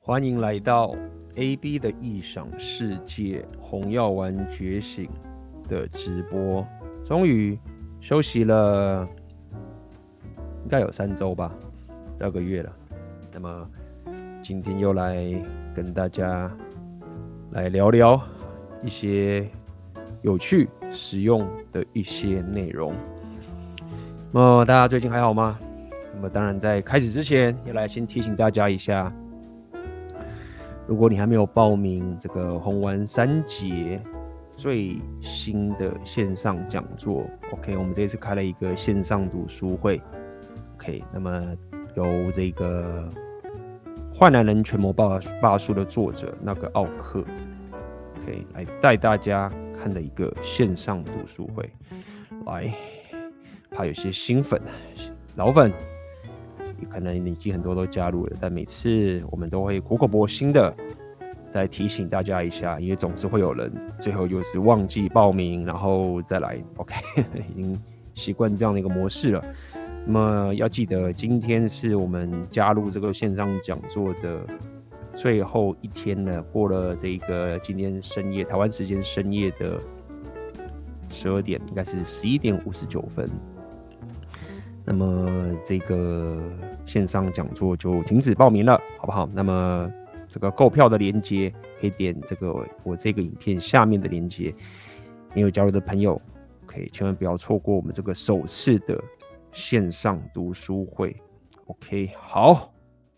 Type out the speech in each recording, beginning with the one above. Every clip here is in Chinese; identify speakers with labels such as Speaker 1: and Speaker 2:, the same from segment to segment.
Speaker 1: 欢迎来到 AB 的异想世界红药丸觉醒的直播。终于休息了，应该有3周吧，2个月了。那么今天又来跟大家来聊聊一些有趣实用的一些内容。那么大家最近还好吗？那么当然在开始之前要来先提醒大家一下，如果你还没有报名这个红丸3节最新的线上讲座 ，OK， 我们这一次开了一个线上读书会 ，OK， 那么由这个《坏男人权谋霸书》的作者那个奥克 ，OK， 来带大家看的一个线上读书会。来，怕有些新粉、老粉，可能已经很多都加入了，但每次我们都会苦口婆心的再提醒大家一下，因为总是会有人最后就是忘记报名，然后再来 ，OK， 已经习惯这样的一个模式了。那么要记得，今天是我们加入这个线上讲座的最后一天了，过了这个今天深夜台湾时间深夜的12点，应该是11点59分。那么这个线上讲座就停止报名了，好不好？那么这个购票的连结可以点这个我这个影片下面的连结，没有加入的朋友可以千万不要错过我们这个首次的线上读书会。OK， 好。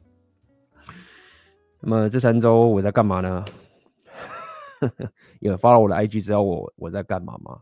Speaker 1: 那么这3周我在干嘛呢？有follow我的 IG 知道我在干嘛吗？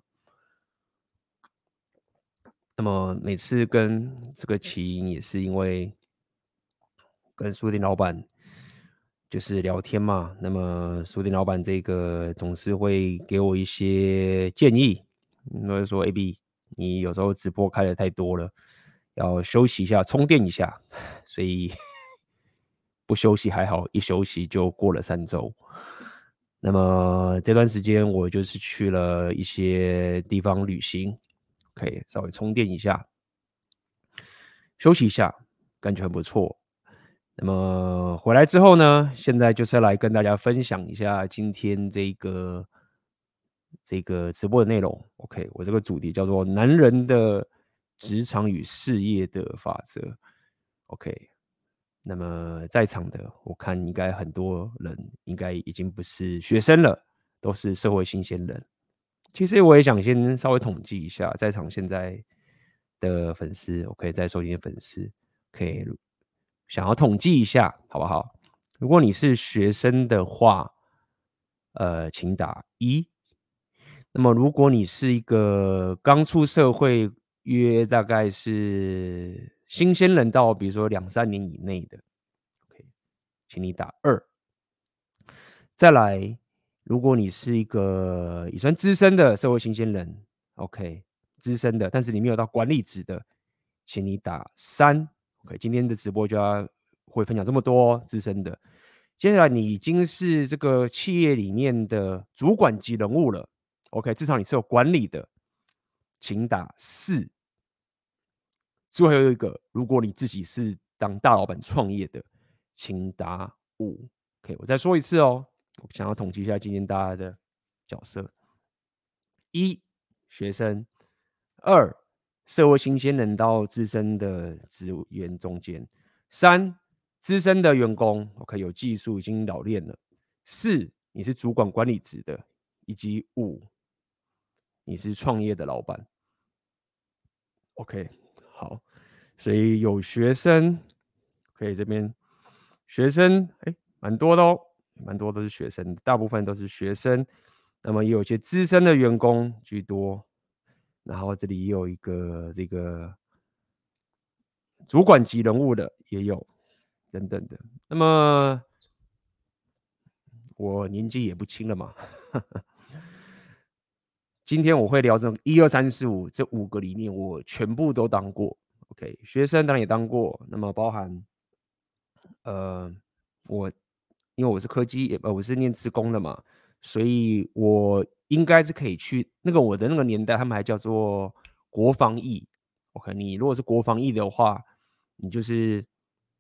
Speaker 1: 那么每次跟这个起因也是因为跟书店老板就是聊天嘛，那么书店老板这个总是会给我一些建议，就说 AB 你有时候直播开的太多了，要休息一下，充电一下，所以不休息还好，一休息就过了3周。那么这段时间我就是去了一些地方旅行，可以稍微充电一下，休息一下，感觉很不错。那么回来之后呢，现在就是来跟大家分享一下今天这个直播的内容。OK， 我这个主题叫做男人的职场与事业的法则。OK， 那么在场的我看应该很多人应该已经不是学生了，都是社会新鲜人。其实我也想先稍微统计一下在场现在的粉丝 ，OK， 在收听的粉丝，可以想要统计一下，好不好？如果你是学生的话，请打1。那么如果你是一个刚出社会，约大概是新鲜人到比如说2-3年以内的 ，OK， 请你打2。再来，如果你是一个也算资深的社会新鲜人 ，OK， 资深的，但是你没有到管理职的，请你打3。OK， 今天的直播就会分享这么多资深的。接下来你已经是这个企业里面的主管级人物了 ，OK， 至少你是有管理的，请打4。最后一个，如果你自己是当大老板创业的，请打5。OK， 我再说一次哦。我想要统计一下今天大家的角色：1. 学生；2. 社会新鲜人到资深的职员中间；3. 资深的员工 ，OK， 有技术已经老练了；4. 你是主管管理职的；以及5. 你是创业的老板。OK， 好，所以有学生，可以这边学生，蛮多的哦。蛮多都是学生，大部分都是学生，那么也有一些资深的员工居多，然后这里也有一个这个主管级人物的也有，等等的。那么我年纪也不轻了嘛，今天我会聊这种1、2、3、4、5这5个里面，我全部都当过。OK， 学生当然也当过，那么包含我因为我是科技，我是念资工的嘛，所以我应该是可以去我的那个年代，他们还叫做国防役。OK， 你如果是国防役的话，你就是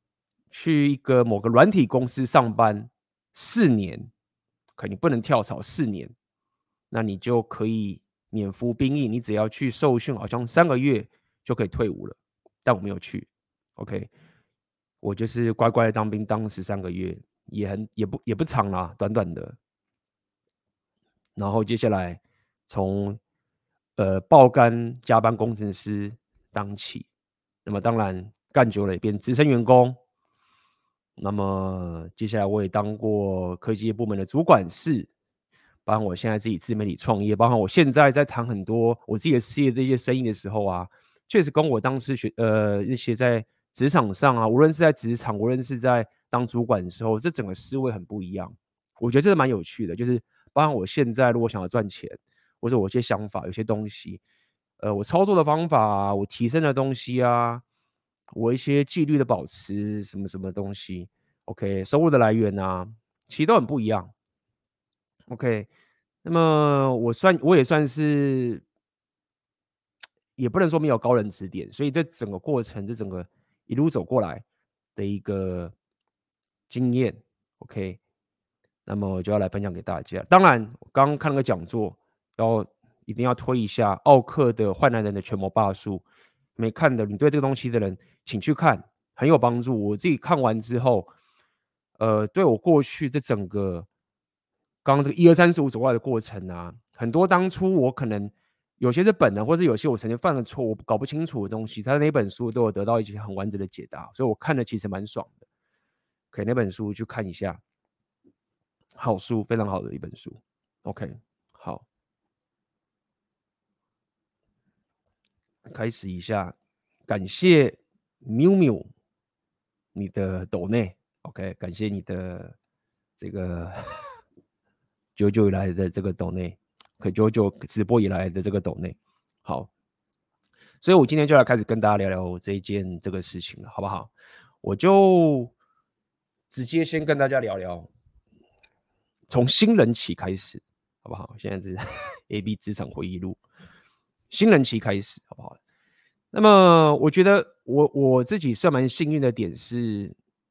Speaker 1: 去一个某个软体公司上班4年，你不能跳槽4年，那你就可以免服兵役，你只要去受训，好像3个月就可以退伍了。但我没有去，OK，我就是乖乖的当兵，当13个月，也不长啦，短短的。然后接下来从爆肝加班工程师当起，那么当然干久了也变资深员工。那么接下来我也当过科技业部门的主管室，包含我现在自己自媒体创业，包含我现在在谈很多我自己的事业的一些生意的时候啊，确实跟我当时一些在职场上啊，无论是在职场，无论是在当主管的时候，这整个思维很不一样。我觉得这个蛮有趣的，就是包含我现在如果想要赚钱，或者我一些想法，有些东西，我操作的方法啊，我提升的东西啊，我一些纪律的保持，什么什么东西，OK，收入的来源啊，其实都很不一样。OK，那么我也算是，也不能说没有高人指点，所以这整个过程，这整个一路走过来的一个经验，OK，那么我就要来分享给大家。当然，我刚刚看了个讲座，一定要推一下奥克的《坏男人的权谋霸术》，没看的，你对这个东西的人，请去看，很有帮助。我自己看完之后，对我过去这整个刚刚这个1、2、3、4、5走过来的过程啊，很多当初我可能有些是本能，或者有些我曾经犯了错，我搞不清楚的东西，他那本书都有得到一些很完整的解答，所以我看了其实蛮爽的。可以那本书去看一下，好书，非常好的一本书。OK，好，开始一下，感谢 miu miu 你的抖内，OK，感谢你的这个久久以来的这个抖内，久久直播以来的这个抖内，好，所以我今天就来开始跟大家聊聊这个事情了，好不好？我就直接先跟大家聊聊，从新人期开始，好不好？现在是 AB 职场回忆录，新人期开始，好不好？那么我觉得我自己算蛮幸运的点是，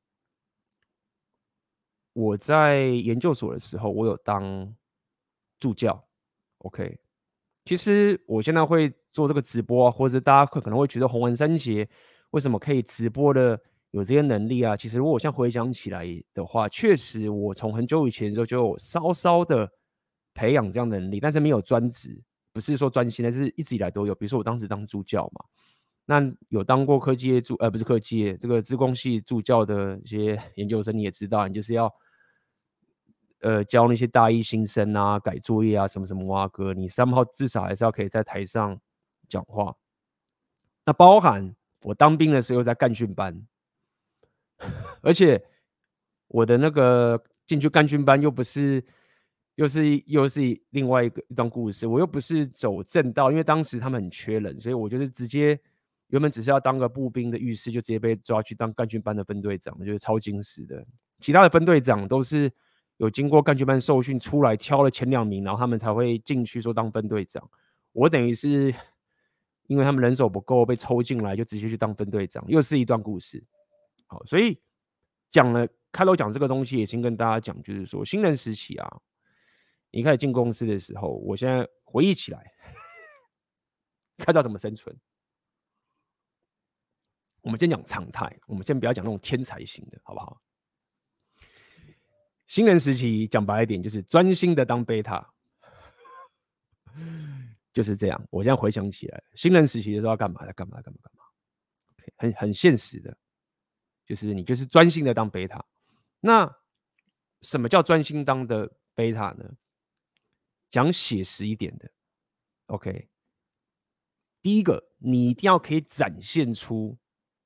Speaker 1: 我在研究所的时候，我有当助教，OK。其实我现在会做这个直播啊，或者大家可能会觉得洪文三杰为什么可以直播的有这些能力啊？其实如果我现在回想起来的话，确实我从很久以前的时候就有稍稍的培养这样的能力，但是没有专职，不是说专心的，是一直以来都有。比如说我当时当助教嘛，那有当过科技业不是科技业，这个资工系助教的一些研究生，你也知道，你就是要教那些大一新生啊，改作业啊，什么什么哇哥，你3号至少还是要可以在台上讲话。那包含我当兵的时候在干训班，而且我的那个进去干训班又不是，又是另外一段故事。我又不是走正道，因为当时他们很缺人，所以我就是直接原本只是要当个步兵的御师，就直接被抓去当干训班的分队长，就是超惊死的。其他的分队长都是有经过干训班受训出来，挑了前2名，然后他们才会进去说当分队长。我等于是因为他们人手不够，被抽进来就直接去当分队长，又是一段故事。好，所以开头讲这个东西，也先跟大家讲，就是说新人时期啊，你开始进公司的时候，我现在回忆起来，看到怎么生存。我们先讲常态，我们先不要讲那种天才型的，好不好？新人时期讲白一点，就是专心的当贝塔，就是这样。我现在回想起来，新人时期的时候要干嘛？干嘛？Okay，很现实的，就是你就是专心的当贝塔。那什么叫专心当的贝塔呢？讲写实一点的，OK。第一个，你一定要可以展现出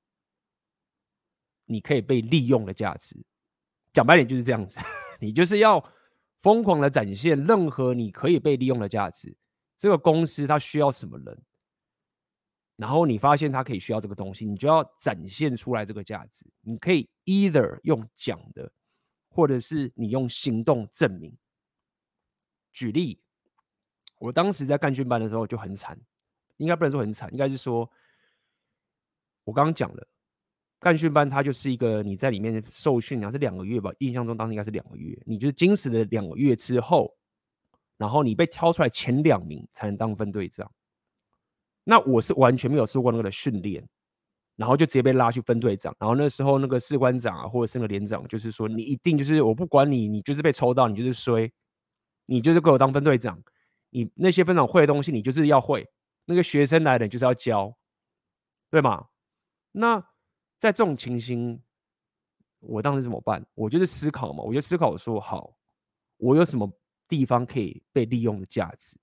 Speaker 1: 你可以被利用的价值。讲白点就是这样子，你就是要疯狂的展现任何你可以被利用的价值。这个公司它需要什么人，然后你发现它可以需要这个东西，你就要展现出来这个价值。你可以 either 用讲的，或者是你用行动证明。举例，我当时在干训班的时候就很惨，应该不能说很惨，应该是说我刚刚讲了， 干训班它就是一个你在里面受训，好像是2个月吧，印象中当时应该是2个月，你就是精实的2个月之后，然后你被挑出来前2名才能当分队长。那我是完全没有受过那个的训练，然后就直接被拉去分队长，然后那时候那个士官长啊，或者是那个连长，就是说你一定就是我不管你，你就是被抽到，你就是衰，你就是给我当分队长，你那些分长会的东西你就是要会，那个学生来的你就是要教，对吗？那在这种情形，我当时怎么办？我就是思考嘛，我就思考说，好，我有什么地方可以被利用的价值？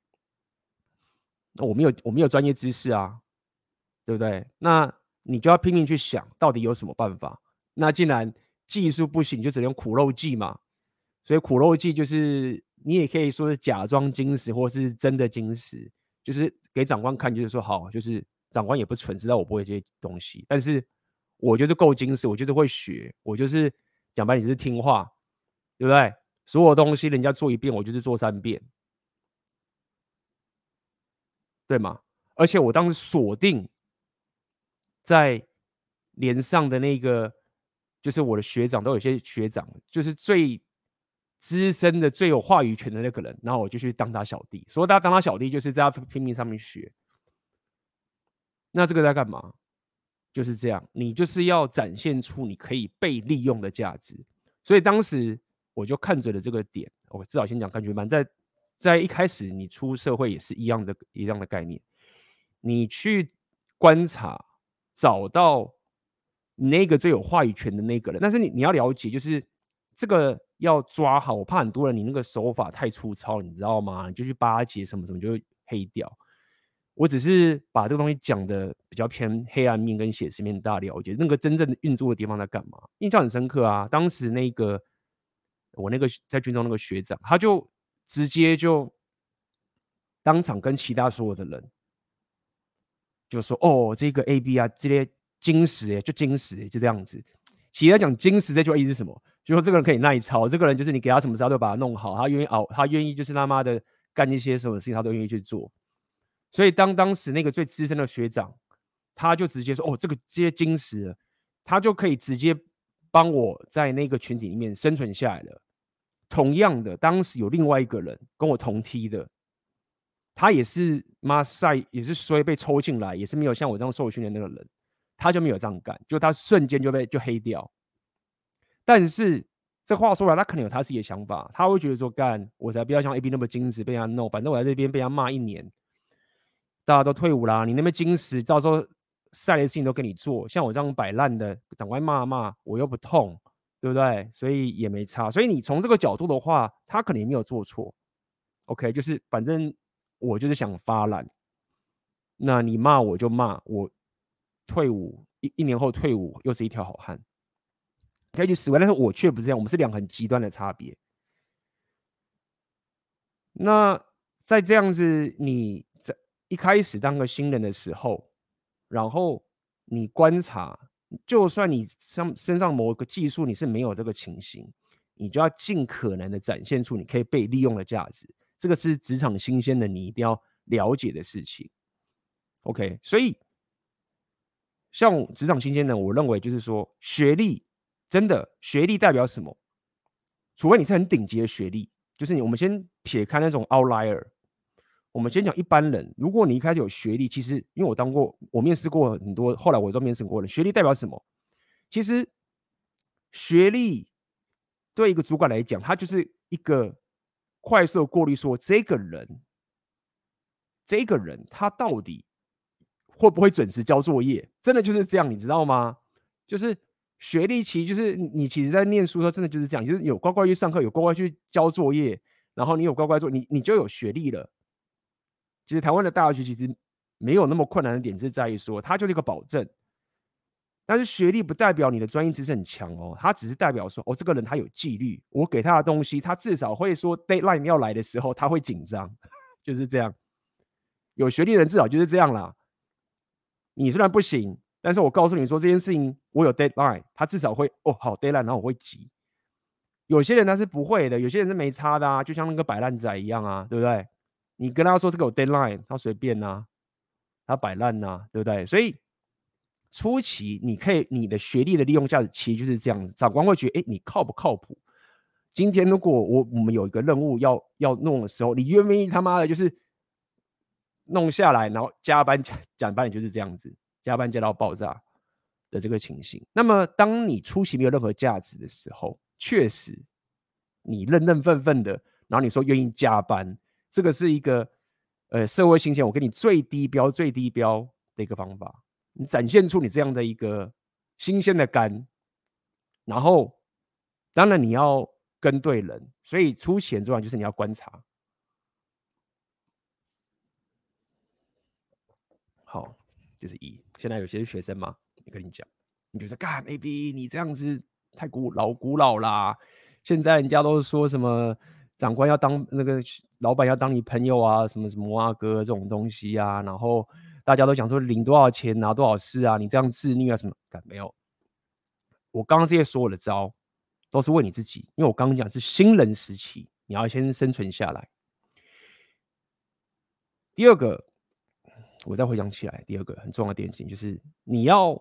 Speaker 1: 那我没有专业知识啊，对不对？那你就要拼命去想，到底有什么办法？那既然技术不行，就只能用苦肉计嘛。所以苦肉计就是你也可以说是假装金石，或是真的金石，就是给长官看，就是说好，就是长官也不蠢，知道我不会这些东西，但是我就是够金石，我就是会学，我就是讲白，你就是听话，对不对？所有东西人家做1遍，我就是做3遍，对吗？而且我当时锁定在连上的那个，就是我的学长，都有些学长，就是最资深的、最有话语权的那个人，然后我就去当他小弟。所以他当他小弟，就是在他拼命上面学。那这个在干嘛？就是这样，你就是要展现出你可以被利用的价值。所以当时我就看准了这个点，我至少先讲看学班，在一开始你出社会也是一样的概念，你去观察，找到那个最有话语权的那个人，但是你要了解，就是这个要抓好，我怕很多人你那个手法太粗糙，你知道吗？你就去巴结什么什么就会黑掉。我只是把这个东西讲的比较偏黑暗面跟写实面，大家了解那个真正的运作的地方在干嘛。印象很深刻啊，当时我那个在军中那个学长，他就直接就当场跟其他所有的人就说：“哦，这个 AB 啊，这些金石就金石就这样子。”其实他讲金石这句话意思是什么？就说这个人可以耐操，这个人就是你给他什么事，他都把它弄好，他愿意熬，他愿意就是他妈的干一些什么事情，他都愿意去做。所以当时那个最资深的学长，他就直接说：“哦，这些金石，他就可以直接帮我在那个群体里面生存下来了。”同样的，当时有另外一个人跟我同梯的，他也是妈赛，也是衰被抽进来，也是没有像我这样受训的那个人，他就没有这样干，就他瞬间就黑掉。但是这话说来，他可能有他自己的想法，他会觉得说：“干，我才不要像 AB 那么精实被他弄，反正我在这边被他骂1年，大家都退伍啦，你那边金石，到时候晒的事情都跟你做，像我这样摆烂的，长官骂我又不痛，对不对？所以也没差。所以你从这个角度的话，他可能也没有做错。OK，就是反正我就是想发懒，那你骂我就骂我，退伍一年后退伍又是一条好汉，可以去死玩。但是我却不是这样，我们是两个很极端的差别。那在这样子，你在一开始当个新人的时候，然后你观察，就算你身上某个技术你是没有这个情形，你就要尽可能的展现出你可以被利用的价值。这个是职场新鲜的你一定要了解的事情。OK，所以像职场新鲜人，我认为就是说，学历真的学历代表什么？除非你是很顶级的学历，就是我们先撇开那种 outlier，我们先讲一般人。如果你一开始有学历，其实因为我面试过很多，后来我都面试过了。学历代表什么？其实学历对一个主管来讲，他就是一个快速的过滤，说这个人他到底会不会准时交作业？真的就是这样，你知道吗？就是学历其实就是你其实在念书的时候，真的就是这样，就是有乖乖去上课，有乖乖去交作业，然后你有乖乖做，你就有学历了。其实台湾的大学其实没有那么困难的点是在于说，它就是一个保证。但是学历不代表你的专业知识很强哦，它只是代表说，哦，这个人他有纪律，我给他的东西，他至少会说 deadline 要来的时候，他会紧张，就是这样。有学历的人至少就是这样啦。你虽然不行，但是我告诉你说这件事情我有 deadline，他至少会哦好 deadline，然后我会急。有些人他是不会的，有些人是没差的啊，就像那个摆烂仔一样啊，对不对？你跟他说这个有 deadline，他随便啊，他摆烂呐，对不对？所以初期你的学历的利用价值其实就是这样子，长官会觉得，你靠不靠谱？今天如果我们有一个任务要弄的时候，你愿不愿意他妈的就是弄下来，然后加班讲白点就是这样子，加班加到爆炸的这个情形。那么当你初期没有任何价值的时候，确实你认份份的，然后你说愿意加班，这个是一个社会新鲜，我给你最低标的一个方法，你展现出你这样的一个新鲜的肝，然后当然你要跟对人，所以出钱很重要，就是你要观察。好，就是现在有些学生嘛，跟你讲，你就说干 AB，你这样子太古老啦。现在人家都说什么长官要当那个老板要当你朋友啊，什么什么啊哥这种东西啊，然后大家都讲说领多少钱拿多少事啊，你这样自虐啊什么，干没有。我刚刚这些所有的招都是为你自己，因为我刚刚讲是新人时期，你要先生存下来。第二个，我再回想起来，第二个很重要的点就是你要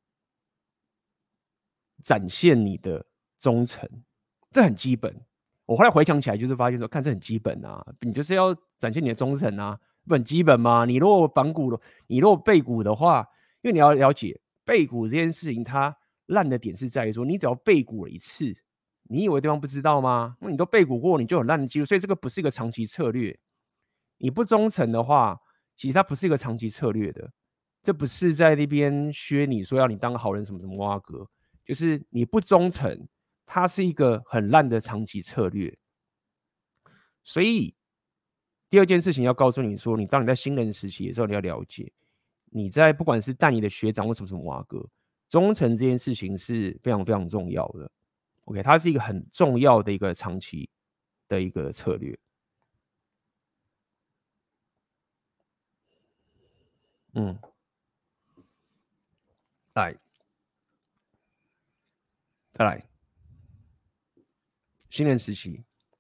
Speaker 1: 展现你的忠诚，这很基本。我后来回想起来，就是发现说，看这很基本啊，你就是要展现你的忠诚啊，不很基本吗？你如果反股了，你如果背股的话，因为你要了解背股这件事情，它烂的点是在于说，你只要背股了一次，你以为对方不知道吗？那你都背股过，你就很烂的记录，所以这个不是一个长期策略。你不忠诚的话，其实它不是一个长期策略的，这不是在那边削你说要你当个好人什么什么哇哥，就是你不忠诚，它是一个很烂的长期策略。所以第二件事情要告诉你说，当你在新人时期的时候，你要了解，你在不管是带你的学长或什么什么哇哥，忠诚这件事情是非常非常重要的。OK， 它是一个很重要的一个长期的一个策略。嗯，来，再来，新人时期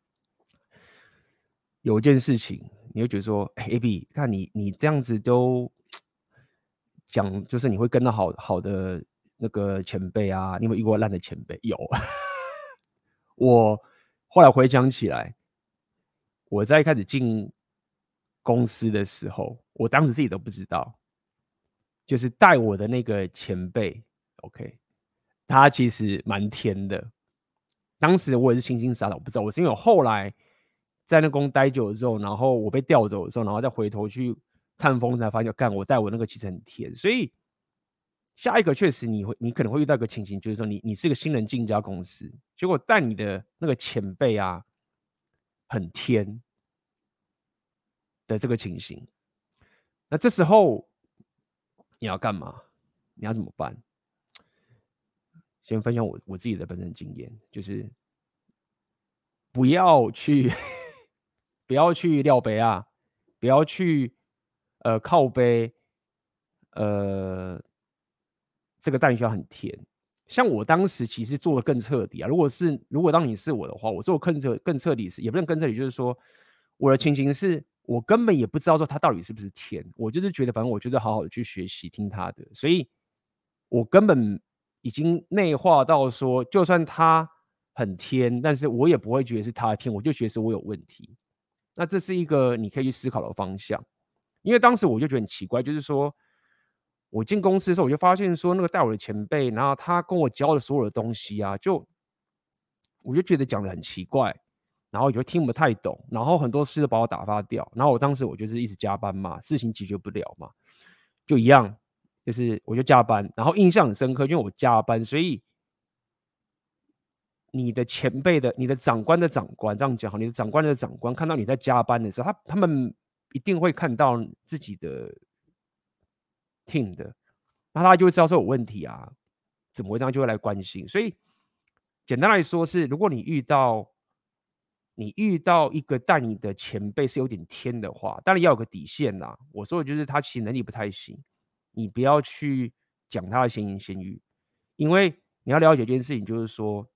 Speaker 1: 有一件事情，你会觉得说，AB，看你这样子都讲，就是你会跟到好的那个前辈啊，你有没有遇过烂的前辈？有，我后来回想起来，我在一开始进公司的时候，我当时自己都不知道，就是带我的那个前辈，OK，他其实蛮甜的。当时我也是清清傻傻，我不知道，我是因为我后来在那公待久了之后，然后我被调走的时候，然后再回头去看风才发现，干我带我那个其实很甜，所以下一个确实你可能会遇到一个情形，就是说你是个新人进一家公司，结果带你的那个前辈啊很甜的这个情形，那这时候你要干嘛？你要怎么办？先分享我自己的本身经验，就是不要去不要去廖杯啊，不要去靠杯，呃，这个蛋需要很甜。像我当时其实做的更彻底啊，如果当你是我的话，我做的更彻底是，也不能更彻底，就是说我的情形是我根本也不知道说他到底是不是甜，我就是觉得反正我就是好好的去学习听他的，所以我根本已经内化到说，就算他很天，但是我也不会觉得是他的天，我就觉得是我有问题。那这是一个你可以去思考的方向。因为当时我就觉得很奇怪，就是说我进公司的时候，我就发现说那个带我的前辈，然后他跟我教的所有的东西啊，我就觉得讲的很奇怪，然后也就听不太懂，然后很多事都把我打发掉，然后我当时我就是一直加班嘛，事情解决不了嘛，就一样，就是我就加班，然后印象很深刻，因为我加班，所以你的前辈的、你的长官的长官这样讲好，你的长官的长官看到你在加班的时候，他们一定会看到自己的 team 的，那他就会知道说有问题啊，怎么会这样就会来关心。所以简单来说是，如果你遇到一个带你的前辈是有点天的话，当然要有个底线啦。我说的就是他其实能力不太行，你不要去讲他的闲言闲语，因为你要了解一件事情，就是说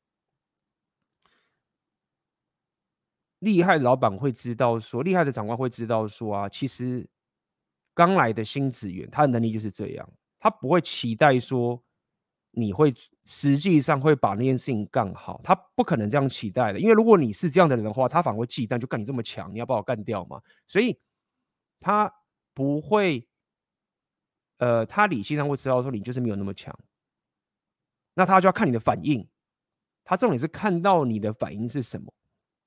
Speaker 1: 厉害的老板会知道说，厉害的长官会知道说啊，其实刚来的新职员他的能力就是这样。 他不会期待说你会实际上会把那件事情干好，他不可能这样期待的。因为如果你是这样的人的话，他反而会忌惮，就干你这么强，你要把我干掉嘛。所以他不会，他理性上会知道说你就是没有那么强，那他就要看你的反应。他重点是看到你的反应是什么。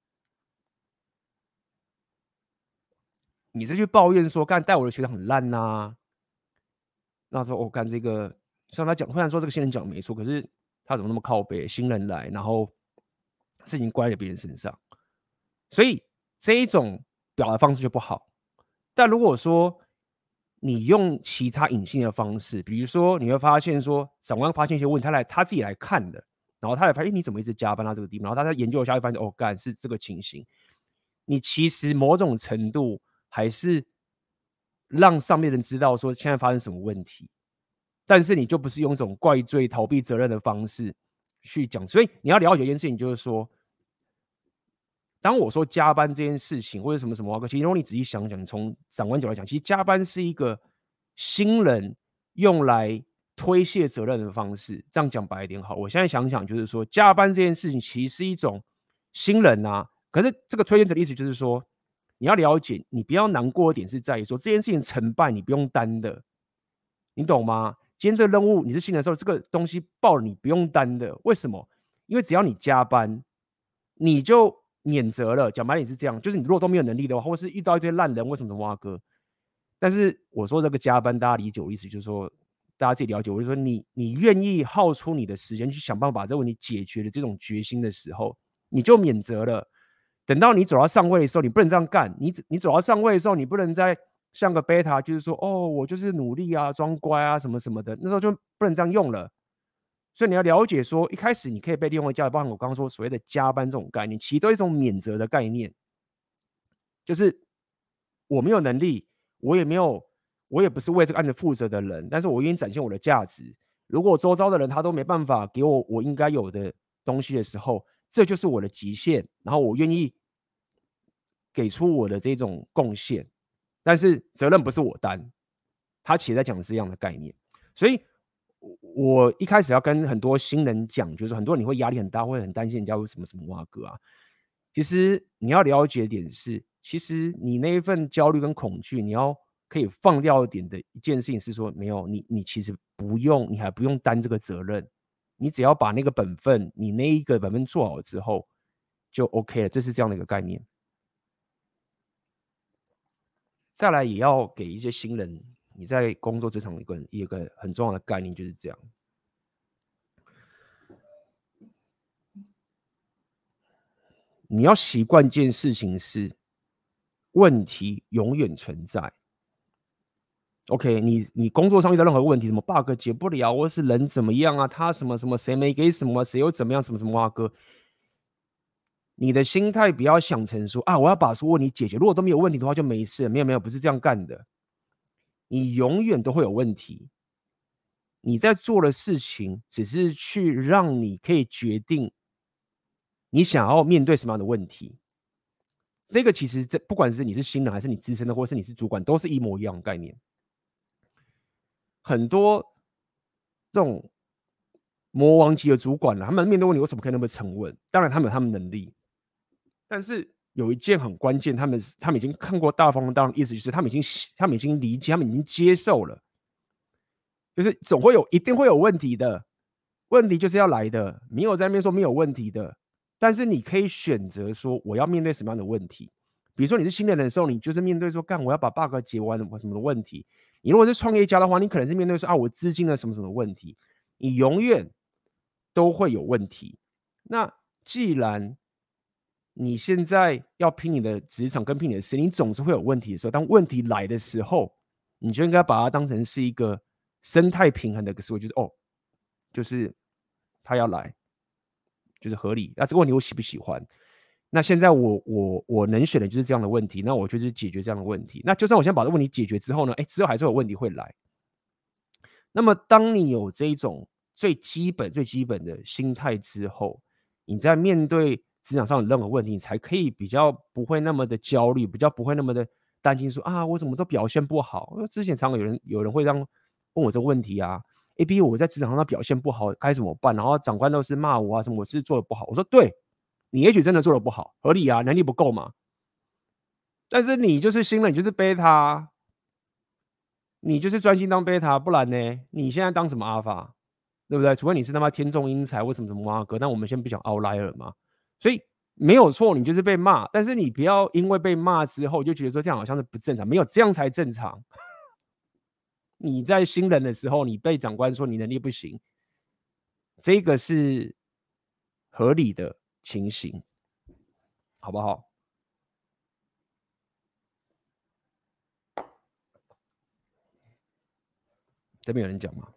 Speaker 1: 你是去抱怨说，干带我的学长很烂呐、那说我干这个，像他讲，虽然说这个新人讲没错，可是他怎么那么靠北？新人来，然后事情怪在别人身上，所以这一种表达方式就不好。但如果说你用其他隐性的方式，比如说你会发现说，长官发现一些问题，他自己来看的，然后他也发现，你怎么一直加班到这个地步？然后他在研究一下，就发现哦，干是这个情形。你其实某种程度还是让上面人知道说现在发生什么问题，但是你就不是用一种怪罪、逃避责任的方式去讲。所以你要了解一件事情，就是说，当我说加班这件事情，或者什么什么，其实如果你仔细想想，从长官角度来讲，其实加班是一个新人用来推卸责任的方式。这样讲白一点好，我现在想想，就是说加班这件事情其实是一种新人啊，可是这个推卸者的意思就是说，你要了解，你不要难过的点是在于说这件事情成败你不用担的，你懂吗？今天这个任务你是新人的时候，这个东西报了你不用担的，为什么？因为只要你加班，你就免责了。讲白点是这样，就是你如果都没有能力的话，或是遇到一堆烂人，为什么挖哥？但是我说这个加班，大家理解我意思，就是说大家自己了解。我就说你愿意耗出你的时间去想办法把这个问题解决的这种决心的时候，你就免责了。等到你走到上位的时候，你不能这样干。你走到上位的时候，你不能再像个 beta，就是说哦，我就是努力啊，装乖啊，什么什么的，那时候就不能这样用了。所以你要了解说，一开始你可以被利用的加班，包含我刚刚说所谓的加班这种概念，其实都是一种免责的概念，就是我没有能力，我也没有，我也不是为这个案子负责的人，但是我愿意展现我的价值。如果周遭的人他都没办法给我应该有的东西的时候，这就是我的极限，然后我愿意给出我的这种贡献，但是责任不是我担。他其实在讲的是这样的概念，所以我一开始要跟很多新人讲，就是很多人你会压力很大，会很担心人家会什么什么哇哥啊。其实你要了解的点是，其实你那一份焦虑跟恐惧，你要可以放掉一点的一件事情是说，没有你其实不用，你还不用担这个责任，你只要把那个本分，你那一个本分做好之后就 OK 了，这是这样的一个概念。再来也要给一些新人，你在工作职场一个很重要的概念就是这样，你要习惯一件事情是，问题永远存在。OK，你工作上遇到任何问题，什么 bug 解不了，或是人怎么样啊，他什么什么谁没给什么，谁又怎么样，什么什么哇哥，你的心态不要想成说啊，我要把所有问题解决，如果都没有问题的话就没事，没有没有，不是这样干的，你永远都会有问题。你在做的事情只是去让你可以决定你想要面对什么样的问题。这个其实不管是你是新人还是你资深的，或是你是主管，都是一模一样的概念。很多这种魔王级的主管他们面对问题为什么可以那么沉稳？当然他们有他们能力，但是有一件很关键，他们已经看过大风大浪，意思就是他们已经理解，他们已经接受了，就是一定会有问题的，问题就是要来的，没有在那边说没有问题的。但是你可以选择说我要面对什么样的问题。比如说你是新人的时候，你就是面对说干我要把 bug 解完什么什么的问题。你如果是创业家的话，你可能是面对说啊我资金的什么什么问题。你永远都会有问题。那既然你现在要拼你的职场跟拼你的事，你总是会有问题的时候，当问题来的时候，你就应该把它当成是一个生态平衡的一个思维，就是哦，就是他要来，就是合理。那这个问题我喜不喜欢？那现在我能选的就是这样的问题，那我就是解决这样的问题。那就算我先把这个问题解决之后呢，之后还是有问题会来。那么当你有这种最基本的心态之后，你在面对职场上的任何问题，你才可以比较不会那么的焦虑，比较不会那么的担心说啊，我怎么都表现不好。因为之前常常有人会这样问我这个问题啊，A、B 我在职场上表现不好，该怎么办？然后长官都是骂我啊，什么我是做的不好。我说对，你也许真的做的不好，合理啊，能力不够嘛。但是你就是新人，你就是 beta，你就是专心当 beta，不然呢？你现在当什么 alpha，对不对？除非你是他妈天纵英才或什么什么啊哥，但我们先不讲 outlier 嘛。所以没有错，你就是被骂，但是你不要因为被骂之后就觉得说这样好像是不正常，没有这样才正常。你在新人的时候，你被长官说你能力不行，这个是合理的情形，好不好？这边有人讲吗？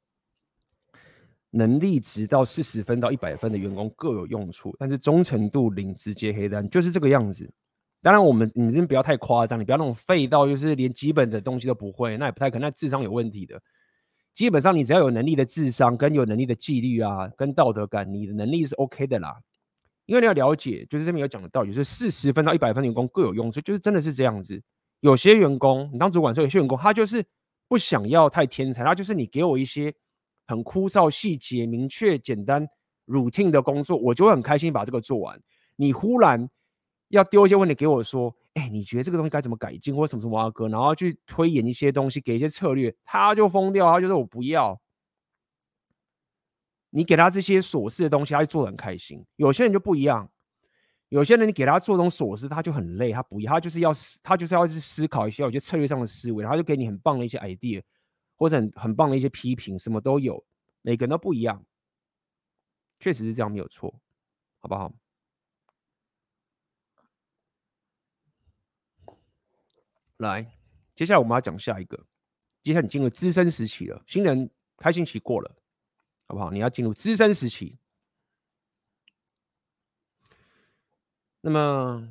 Speaker 1: 能力值到40分到100分的员工各有用处，但是忠诚度零，直接黑单，就是这个样子。当然，你真不要太夸张，你不要那种废到就是连基本的东西都不会，那也不太可能，那智商有问题的。基本上，你只要有能力的智商跟有能力的纪律啊，跟道德感，你的能力是 OK 的啦。因为你要了解，就是这边有讲的道理，就是40分到100分的员工各有用处，就是真的是这样子。有些员工，你当主管的时候，有些员工他就是不想要太天才，他就是你给我一些很枯燥、细节明确、简单、routine 的工作，我就会很开心把这个做完。你忽然要丢一些问题给我说，哎，你觉得这个东西该怎么改进，或者什么什么啊哥，然后去推演一些东西，给一些策略，他就疯掉，他就说我不要。你给他这些琐事的东西，他就做得很开心。有些人就不一样，有些人你给他做这种琐事，他就很累，他不要，他就是要去思考一些有些策略上的思维，然后就给你很棒的一些 idea，或者很棒的一些批评，什么都有，每个人都不一样，确实是这样没有错，好不好？来，接下来我们要讲下一个，接下来你进入资深时期了，新人开心期过了，好不好？你要进入资深时期，那么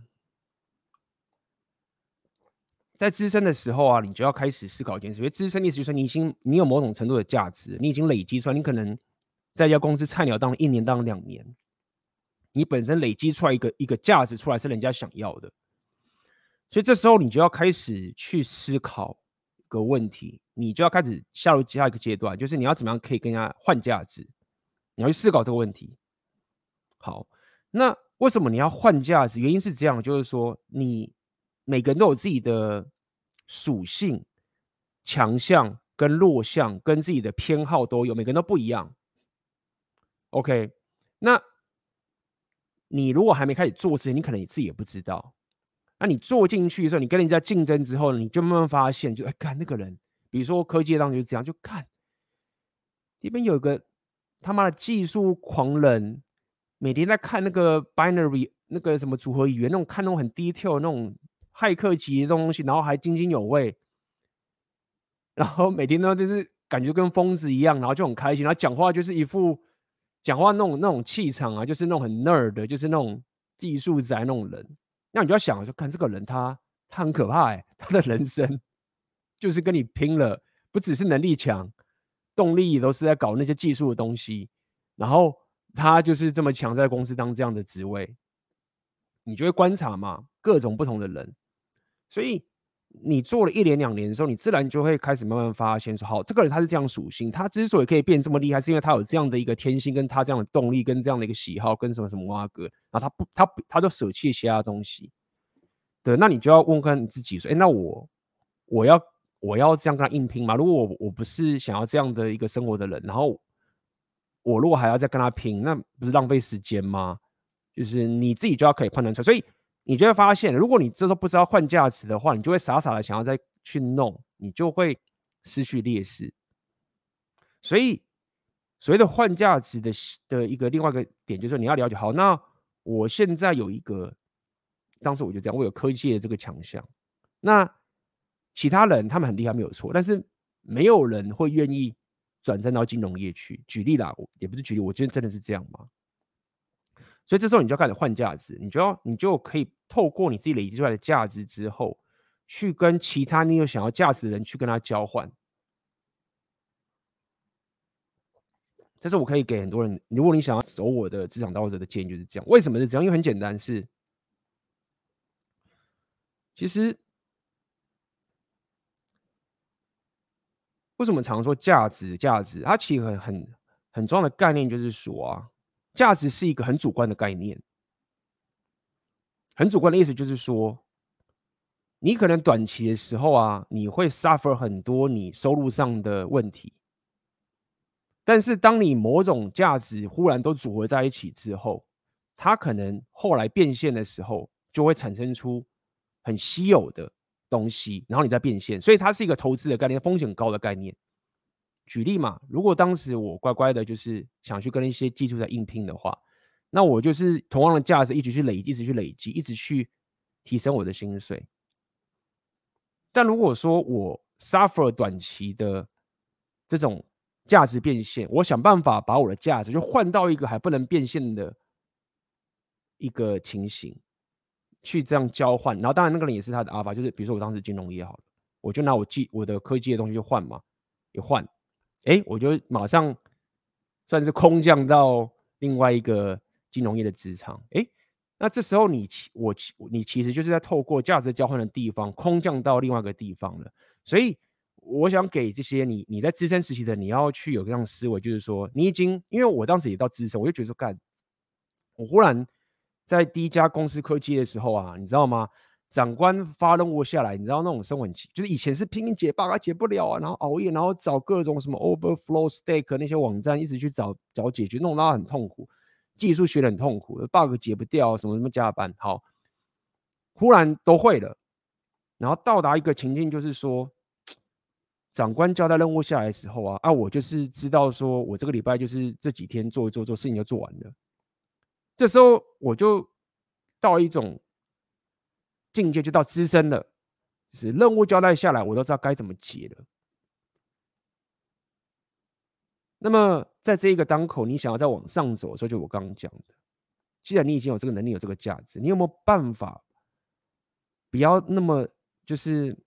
Speaker 1: 在资深的时候啊，你就要开始思考一件事，因为资深的意思就是说你有某种程度的价值，你已经累积出来，你可能在一家公司菜鸟当了1年当了2年，你本身累积出来一个价值出来是人家想要的，所以这时候你就要开始去思考一个问题，你就要开始下入下一个阶段，就是你要怎么样可以跟人家换价值，你要去思考这个问题。好，那为什么你要换价值？原因是这样，就是说你每个人都有自己的属性、强项跟弱项，跟自己的偏好都有，每个人都不一样。OK，那你如果还没开始做之前，你可能你自己也不知道。那你做进去的时候，你跟人家竞争之后，你就慢慢发现，就看那个人，比如说科技当中就是这样，就看这边有个他妈的技术狂人，每天在看那个 binary 那个什么组合语言，那种看那种很 detail 那种骇客级的东西，然后还津津有味，然后每天都就是感觉跟疯子一样，然后就很开心，然后讲话就是一副讲话那种气场啊，就是那种很 nerd 的，就是那种技术宅那种人。那你就要想说，看这个人他很可怕他的人生就是跟你拼了，不只是能力强，动力都是在搞那些技术的东西，然后他就是这么强，在公司当这样的职位，你就会观察嘛，各种不同的人，所以你做了1年2年的时候，你自然就会开始慢慢发现说，好，这个人他是这样属性，他之所以可以变这么厉害，是因为他有这样的一个天性，跟他这样的动力，跟这样的一个喜好，跟什么什么哇哥，然后他就舍弃其他东西。对，那你就要问看你自己说，哎，那我要这样跟他硬拼吗？如果我不是想要这样的一个生活的人，然后我如果还要再跟他拼，那不是浪费时间吗？就是你自己就要可以判断出来，所以你就会发现，如果你这都不知道换价值的话，你就会傻傻的想要再去弄，你就会失去劣势。所以所谓的换价值的一个另外一个点，就是说你要了解，好，那我现在有一个，当时我就这样，我有科技的这个强项，那其他人他们很厉害没有错，但是没有人会愿意转战到金融业去。举例啦，也不是举例，我觉得真的是这样嘛。所以这时候你就要开始换价值，你就可以透过你自己累积出来的价值之后，去跟其他你有想要价值的人去跟他交换。这是我可以给很多人，如果你想要走我的职场道德的建议就是这样。为什么是这样？因为很简单是，其实为什么常说价值？它其实很重要的概念就是说啊，价值是一个很主观的概念。很主观的意思就是说，你可能短期的时候啊，你会 suffer 很多你收入上的问题，但是当你某种价值忽然都组合在一起之后，它可能后来变现的时候，就会产生出很稀有的东西，然后你再变现，所以它是一个投资的概念，风险高的概念。举例嘛，如果当时我乖乖的，就是想去跟一些技术在应聘的话，那我就是同样的价值一直去累积，一直去累积，一直去提升我的薪水。但如果说我 suffer 短期的这种价值变现，我想办法把我的价值就换到一个还不能变现的一个情形，去这样交换。然后当然那个人也是他的 alpha，就是比如说我当时金融业好了，我就拿我的科技的东西去换嘛，也换，我就马上算是空降到另外一个金融业的职场。那这时候你其实就是在透过价值交换的地方空降到另外一个地方了。所以我想给这些你在资深时期的你要去有这样的思维，就是说你已经因为我当时也到资深，我就觉得说干，我忽然在第一家公司科技的时候啊，你知道吗？长官发任务下来，你知道那种生活很就是以前是拼命解 bug 啊，解不了啊，然后熬夜，然后找各种什么 Overflow Stack 那些网站，一直去找解决，弄到很痛苦。技术学得很痛苦，bug 解不掉，什么什么加班，好，忽然都会了，然后到达一个情境，就是说，长官交代任务下来的时候啊，我就是知道说我这个礼拜就是这几天做一做，事情就做完了。这时候我就到一种境界，就到资深了，就是任务交代下来，我都知道该怎么解了。那么在这一个当口，你想要再往上走的时候，就我刚刚讲的，既然你已经有这个能力，有这个价值，你有没有办法不要那么就是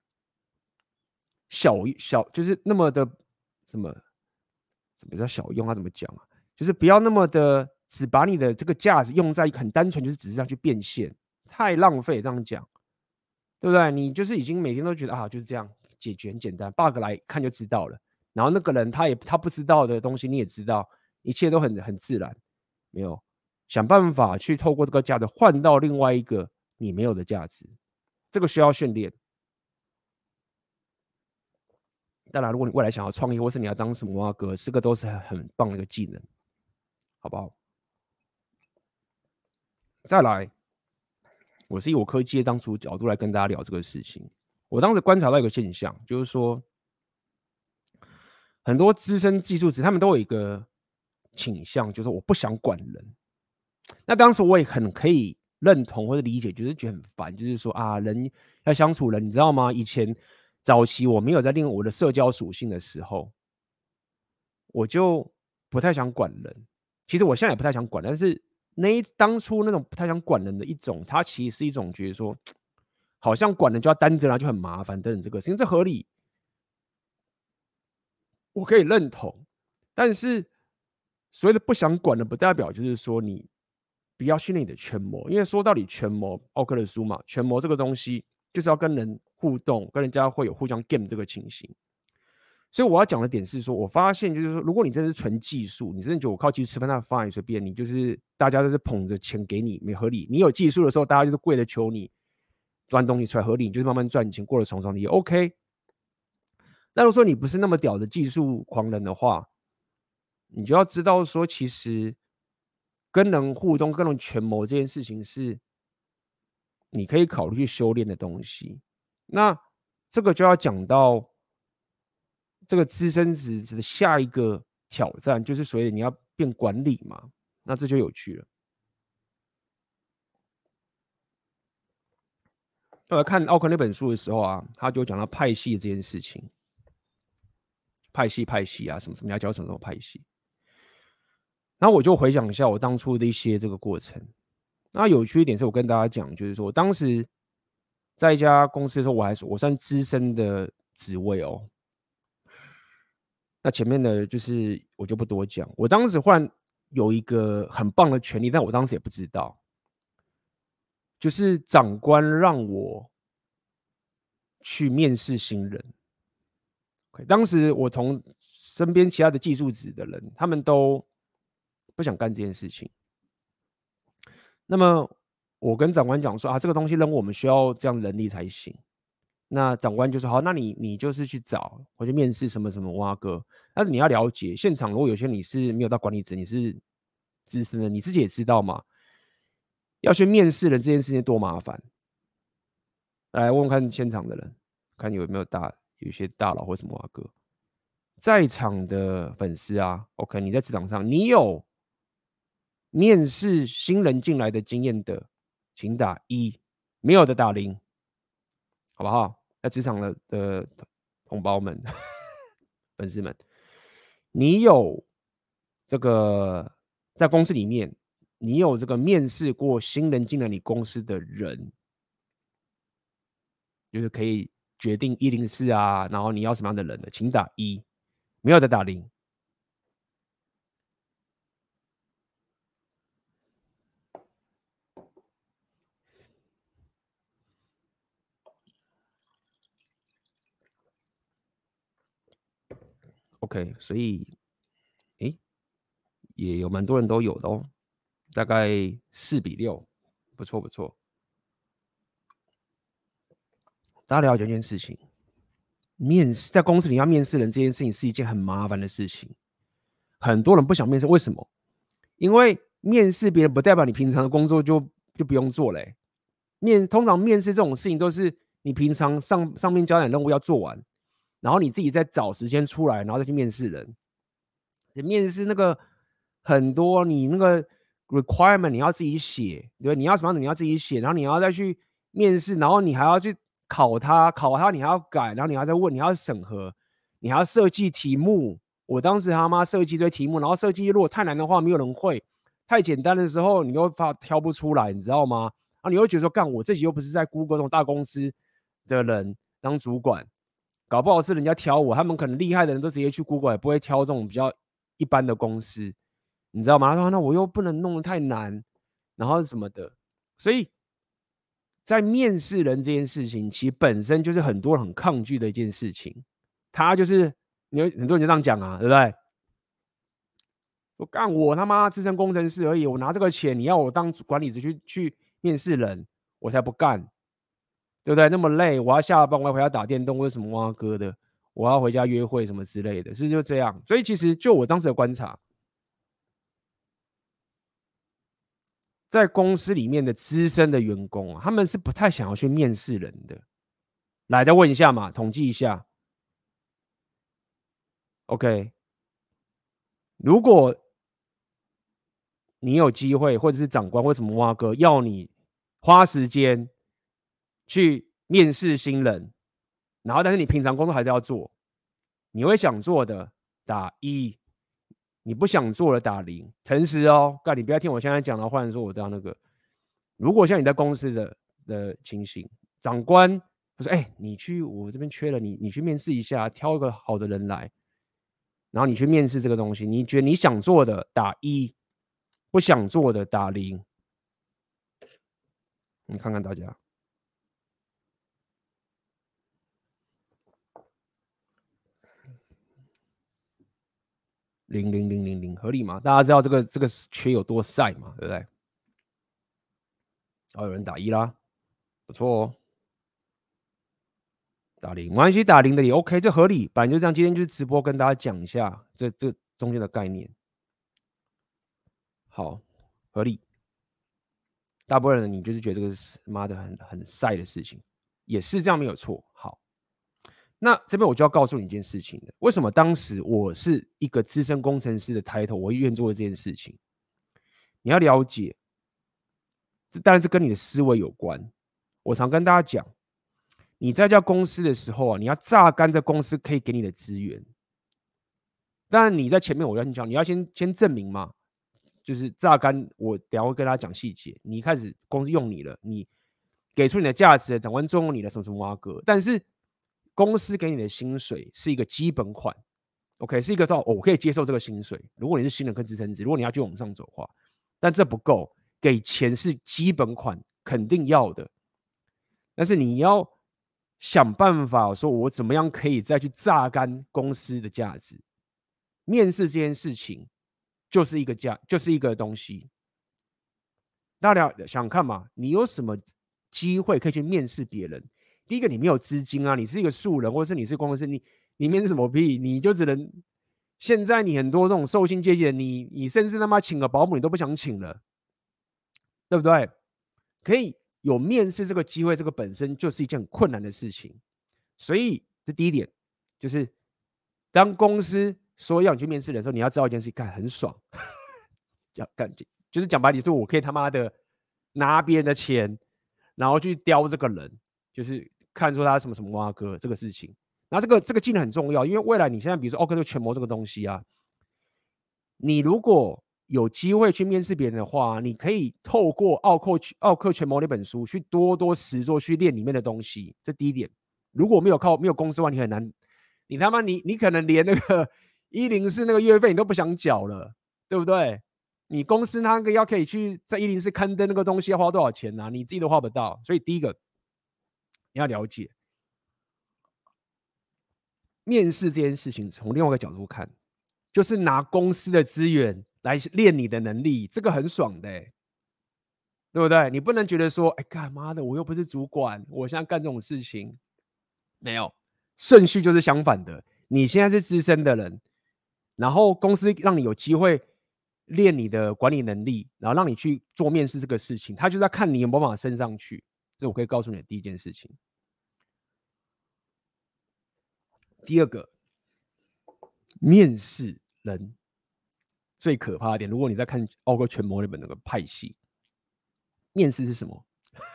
Speaker 1: 就是那么的什么什么叫小用？他怎么讲啊？就是不要那么的只把你的这个价值用在很单纯，就是只是这样去变现，太浪费。这样讲，对不对？你就是已经每天都觉得啊，就是这样解决很简单，bug 来看就知道了。然后那个人他不知道的东西你也知道，一切都很自然，没有想办法去透过这个价值换到另外一个你没有的价值，这个需要训练。当然，如果你未来想要创业，或是你要当什么啊哥，这个都是很棒的一个技能，好不好？再来，我是以我科技的当初角度来跟大家聊这个事情。我当时观察到一个现象，就是说，很多资深技术职他们都有一个倾向，就是我不想管人。那当时我也很可以认同或者理解，就是觉得很烦，就是说啊，人要相处人，你知道吗？以前早期我没有在利用我的社交属性的时候，我就不太想管人。其实我现在也不太想管，但是当初那种不太想管人的一种，它其实是一种觉得说，好像管人就要担着，然后就很麻烦等等这个事情，这合理，我可以认同。但是所谓的不想管的，不代表就是说你不要训练你的权谋，因为说到底，权谋奥克的书嘛，权谋这个东西就是要跟人互动，跟人家会有互相 game 这个情形。所以我要讲的点是说，我发现就是说，如果你真的是纯技术，你真的觉得我靠技术吃饭，那 fine 随便你，就是大家都是捧着钱给你，没合理。你有技术的时候，大家就是跪着求你赚东西出来，合理，你就是慢慢赚钱，过得爽爽的也 OK。那如果说你不是那么屌的技术狂人的话，你就要知道说，其实跟人互动、跟人权谋这件事情是你可以考虑去修炼的东西。那这个就要讲到这个资深职的下一个挑战，就是所谓你要变管理嘛，那这就有趣了。我看奥克那本书的时候啊，他就讲到派系这件事情，派系啊，什么什么你要教什么什么派系。然后我就回想一下我当初的一些这个过程。那有趣一点是我跟大家讲，就是说我当时在一家公司的时候，我算资深的职位哦。那前面的就是我就不多讲。我当时忽然有一个很棒的权利，但我当时也不知道，就是长官让我去面试新人。 当时我从身边其他的技术职的人，他们都不想干这件事情。那么我跟长官讲说啊，这个东西任务我们需要这样的能力才行。那长官就说好，那你就是去找或者面试什么什么蛙哥。但是你要了解现场，如果有些你是没有到管理职，你是资深的，你自己也知道嘛，要去面试人这件事情多麻烦。来问问看现场的人，看有没有有一些大佬或什么蛙哥。在场的粉丝啊 ，OK， 你在职场上你有面试新人进来的经验的，请打1，没有的打0，好不好？在职场的同胞们、粉丝们，你有这个在公司里面，你有这个面试过新人进来你公司的人，就是可以决定104啊，然后你要什么样的人的，请打1，没有的打0。OK，所以，诶，也有蛮多人都有的哦，大概4:6，不错不错。大家了解一件事情，面试在公司里要面试人这件事情是一件很麻烦的事情，很多人不想面试，为什么？因为面试别人不代表你平常的工作就不用做嘞、通常面试这种事情都是你平常上面交代的任务要做完，然后你自己再找时间出来，然后再去面试人。面试那个很多你那个 requirement 你要自己写，对，你要什么样的你要自己写，然后你要再去面试，然后你还要去考他你还要改，然后你还要再问，你还要审核，你还要设计题目。我当时他妈设计一堆题目，然后设计如果太难的话没有人会，太简单的时候你又怕挑不出来，你知道吗？啊，你会觉得说干我自己又不是在 Google 这种大公司的人当主管，搞不好是人家挑我，他们可能厉害的人都直接去 Google， 也不会挑这种比较一般的公司，你知道吗？他说那我又不能弄得太难，然后什么的，所以在面试人这件事情，其实本身就是很多人很抗拒的一件事情。他就是你有很多人就这样讲啊，对不对？我干我他妈资深工程师而已，我拿这个钱，你要我当管理职去面试人，我才不干，对不对？那么累，我要下班，我要回家打电动，或者什么挖哥的，我要回家约会什么之类的，是就这样。所以其实就我当时的观察，在公司里面的资深的员工啊，他们是不太想要去面试人的。来，再问一下嘛，统计一下，OK，如果你有机会，或者是长官或什么挖哥要你花时间去面试新人，然后但是你平常工作还是要做，你会想做的打1，你不想做的打0。诚实哦，干你不要听我现在讲的，换说我当那个。如果像你在公司的情形，长官他说：“哎，你去我这边缺了你去面试一下，挑一个好的人来，然后你去面试这个东西，你觉得你想做的打1，不想做的打0。”你看看大家00000合理吗？大家知道这个缺有多晒嘛，对不对？哦，有人打1啦，不错哦。打0，没关系，打0的也 OK，这合理。本来就这样，今天就是直播跟大家讲一下这中间的概念。好，合理。大部分人你就是觉得这个是妈的很晒的事情，也是这样没有错。好，那这边我就要告诉你一件事情了，为什么当时我是一个资深工程师的 title，我愿意做这件事情？你要了解，这当然是跟你的思维有关。我常跟大家讲，你在这家公司的时候啊，你要榨干这公司可以给你的资源。当然你在前面我要先讲，你要先证明嘛，就是榨干。我等下会跟大家讲细节。你一开始公司用你了，你给出你的价值，长官重用你的什么什么挖哥，但是公司给你的薪水是一个基本款，OK， 是一个我可以接受这个薪水。如果你是新人跟资深职，如果你要去往上走的话，但这不够，给钱是基本款，肯定要的。但是你要想办法说我怎么样可以再去榨干公司的价值。面试这件事情就是一个东西。大家想看嘛，你有什么机会可以去面试别人？第一个，你没有资金啊，你是一个素人，或者是你是公司，你面试什么屁？你就只能现在你很多这种受薪阶级的，你甚至他妈请个保姆你都不想请了，对不对？可以有面试这个机会，这个本身就是一件很困难的事情。所以这第一点，就是当公司说要你去面试的时候，你要知道一件事，干很爽，就是讲白点，说我可以他妈的拿别人的钱，然后去雕这个人，就是看出他什么什么蛙哥这个事情。然后这个技能很重要，因为未来你现在比如说奥克这个权谋这个东西啊，你如果有机会去面试别人的话，你可以透过奥克权谋那本书去多多实做，去练里面的东西。这第一点。如果没有公司的话，你很难，你他妈你可能连那个104那个月费你都不想缴了，对不对？你公司那个要可以去在104刊登那个东西要花多少钱啊？你自己都花不到。所以第一个你要了解面试这件事情，从另外一个角度看，就是拿公司的资源来练你的能力，这个很爽的对不对？你不能觉得说，哎，干妈的，我又不是主管，我现在干这种事情，没有，顺序就是相反的。你现在是资深的人，然后公司让你有机会练你的管理能力，然后让你去做面试这个事情，他就是要看你有没有办法升上去。这我可以告诉你的第一件事情。第二个，面试人最可怕的点，如果你在看奥克全魔那本那个派系，面试是什么？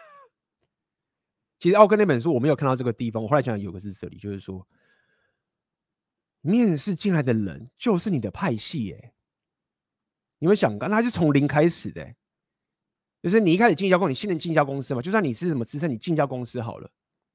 Speaker 1: 其实奥克那本书我没有看到这个地方，我后来想有个是这里，就是说，面试进来的人就是你的派系耶。你会想，他是从零开始的，就是你一开始进一家公司，你新人进一家公司嘛，就算你是什么资深，你进一家公司好了，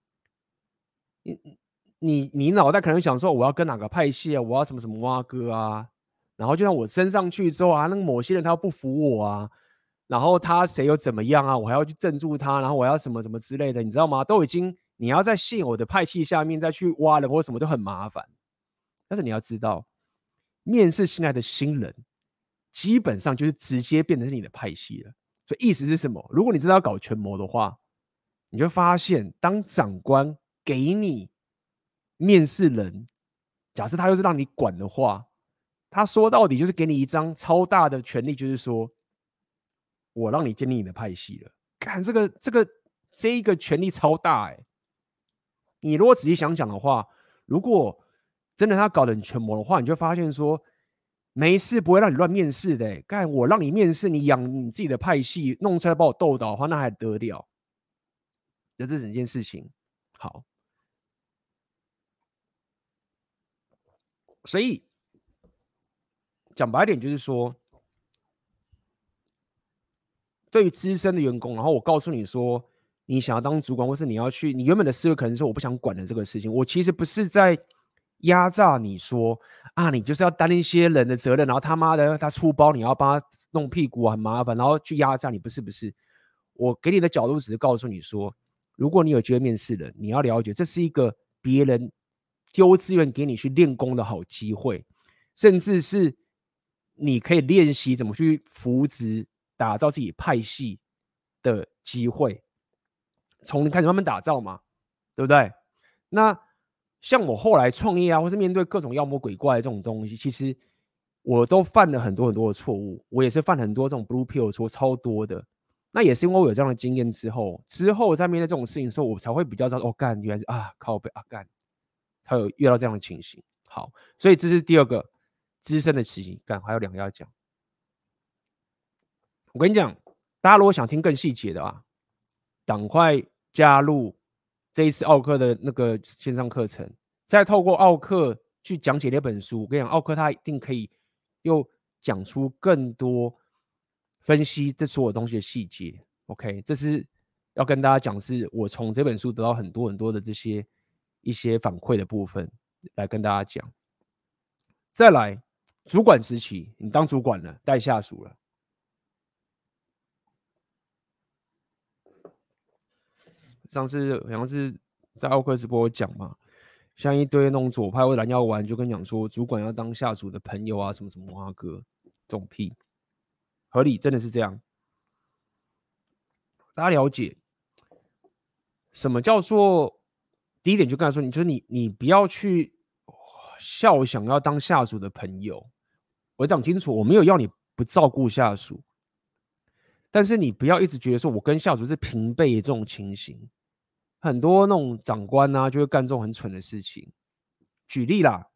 Speaker 1: 你脑袋可能想说，我要跟哪个派系啊，我要什么什么蛙哥啊，然后就算我升上去之后啊，那个某些人他又不服我啊，然后他谁又怎么样啊，我还要去镇住他，然后我要什么什么之类的，你知道吗？都已经你要在现有的派系下面再去挖人或什么都很麻烦。但是你要知道，面试新来的新人，基本上就是直接变成是你的派系了。所以意思是什么？如果你真的要搞权谋的话，你就发现，当长官给你面试人，假设他又是让你管的话，他说到底就是给你一张超大的权利，就是说我让你建立你的派系了。看这一个权力超大你如果仔细想想的话，如果真的他搞得很权谋的话，你就发现说，没事不会让你乱面试的干我让你面试，你养你自己的派系，弄出来把我斗倒的话，那还得了？这整件事情。好，所以讲白点就是说，对于资深的员工，然后我告诉你说，你想要当主管，或是你要去，你原本的思维可能是我不想管的这个事情。我其实不是在压榨你说啊，你就是要担一些人的责任，然后他妈的他出包，你要帮他弄屁股很麻烦，然后去压榨你，不是不是。我给你的角度只是告诉你说，如果你有机会面试人，你要了解这是一个别人丢资源给你去练功的好机会，甚至是你可以练习怎么去扶植、打造自己派系的机会，从你开始慢慢打造嘛，对不对？那像我后来创业啊，或是面对各种妖魔鬼怪这种东西，其实我都犯了很多很多的错误，我也是犯很多这种 blue pill 错超多的。那也是因为我有这样的经验之后在面对这种事情的时候，我才会比较知道哦，干原来是啊靠背啊干，才有遇到这样的情形。好，所以这是第二个资深的情形。干还有2个要讲。我跟你讲，大家如果想听更细节的啊，赶快加入这一次奥克的那个线上课程，再透过奥克去讲解那本书。我跟你讲，奥克他一定可以又讲出更多分析这所有东西的细节。OK， 这是要跟大家讲，是我从这本书得到很多很多的这些一些反馈的部分，来跟大家讲。再来，主管时期，你当主管了，带下属了。上次好像是在奥克直播有讲嘛，像一堆那种左派或蓝药丸就跟你讲说，主管要当下属的朋友啊，什么什么哥，这种屁，合理，真的是这样。大家了解什么叫做第一点，就跟他说，你不要去笑想要当下属的朋友。我讲清楚，我没有要你不照顾下属，但是你不要一直觉得说我跟下属是平辈这种情形。很多那种长官啊，就会干这种很蠢的事情。举例啦，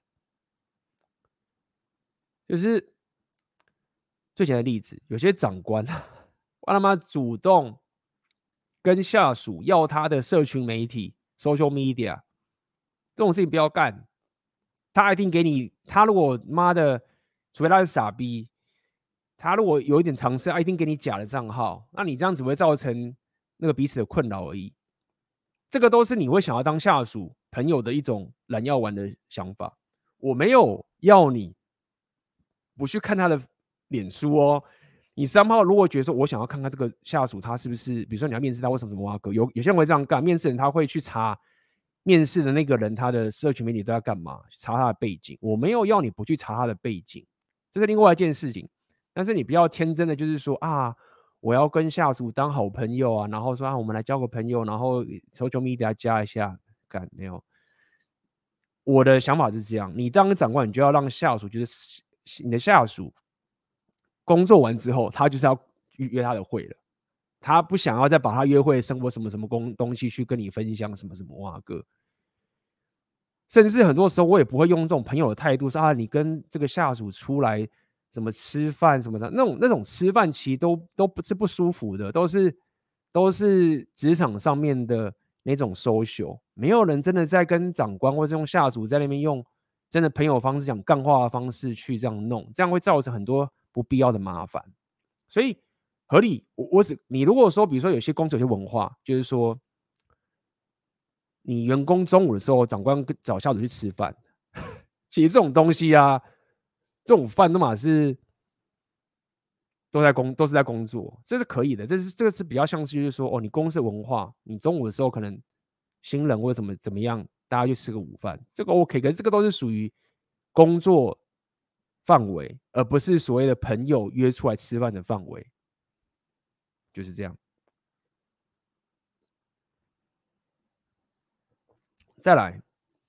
Speaker 1: 就是最简单的例子，有些长官他妈主动跟下属要他的社群媒体 social media， 这种事情不要干。他一定给你，他如果妈的，除非他是傻逼，他如果有一点尝试，他一定给你假的账号，那你这样只会造成那个彼此的困扰而已。这个都是你会想要当下属朋友的一种蓝药丸的想法。我没有要你不去看他的脸书哦。你somehow如果觉得说我想要看看这个下属他是不是，比如说你要面试他为什么挖哥，有些人会这样干，面试人他会去查面试的那个人他的社群媒体都在干嘛，查他的背景。我没有要你不去查他的背景，这是另外一件事情。但是你不要天真的就是说啊，我要跟下属当好朋友啊，然后说啊我们来交个朋友，然后 social media 加一下，干没有。我的想法是这样，你当长官，你就要让下属，就是你的下属工作完之后，他就是要约他的会了。他不想要再把他约会生活什么什么东西去跟你分享什么什么哇哥。甚至很多时候我也不会用这种朋友的态度说啊，你跟这个下属出来什么吃饭什么的，那种吃饭其实都不是不舒服的，都是职场上面的那种 social， 没有人真的在跟长官或是用下属在那边用真的朋友方式讲干话的方式去这样弄，这样会造成很多不必要的麻烦。所以合理，你如果说比如说有些公司有些文化，就是说你员工中午的时候，长官找下属去吃饭，其实这种东西啊，这种饭都嘛是都是在工作，这是可以的。这个是比较像是就是说，哦，你公司文化，你中午的时候可能新人或者怎么样，大家去吃个午饭，这个 OK，可是这个都是属于工作范围，而不是所谓的朋友约出来吃饭的范围，就是这样。再来，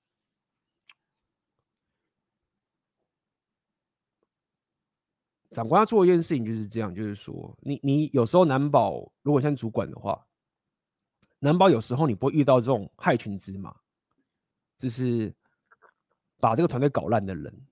Speaker 1: 长官要做一件事情就是这样，就是说，你有时候难保，如果像主管的话，难保有时候你不会遇到这种害群之马，就是把这个团队搞烂的人。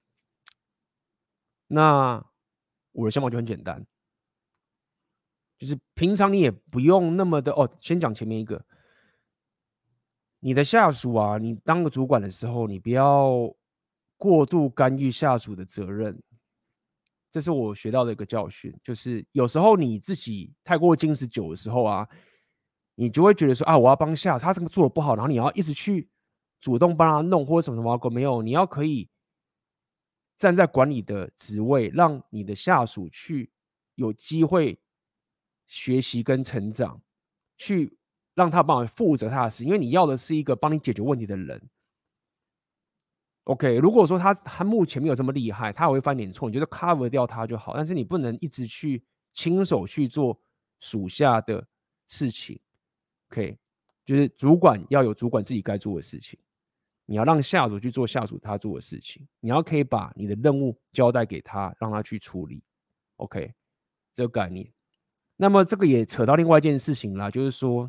Speaker 1: 那我的想法就很简单，就是平常你也不用那么的哦。先讲前面一个，你的下属啊，你当个主管的时候，你不要过度干预下属的责任。这是我学到的一个教训，就是有时候你自己太过精持久的时候啊，你就会觉得说啊，我要帮下他这个做的不好，然后你要一直去主动帮他弄或者什么什么，没有，你要可以站在管理的职位，让你的下属去有机会学习跟成长，去让他帮我负责他的事，因为你要的是一个帮你解决问题的人。OK，如果说他目前没有这么厉害，他也会犯点错，你就 cover 掉他就好。但是你不能一直去亲手去做属下的事情。OK，就是主管要有主管自己该做的事情，你要让下属去做下属他做的事情，你要可以把你的任务交代给他，让他去处理。OK，这个概念。那么这个也扯到另外一件事情啦，就是说，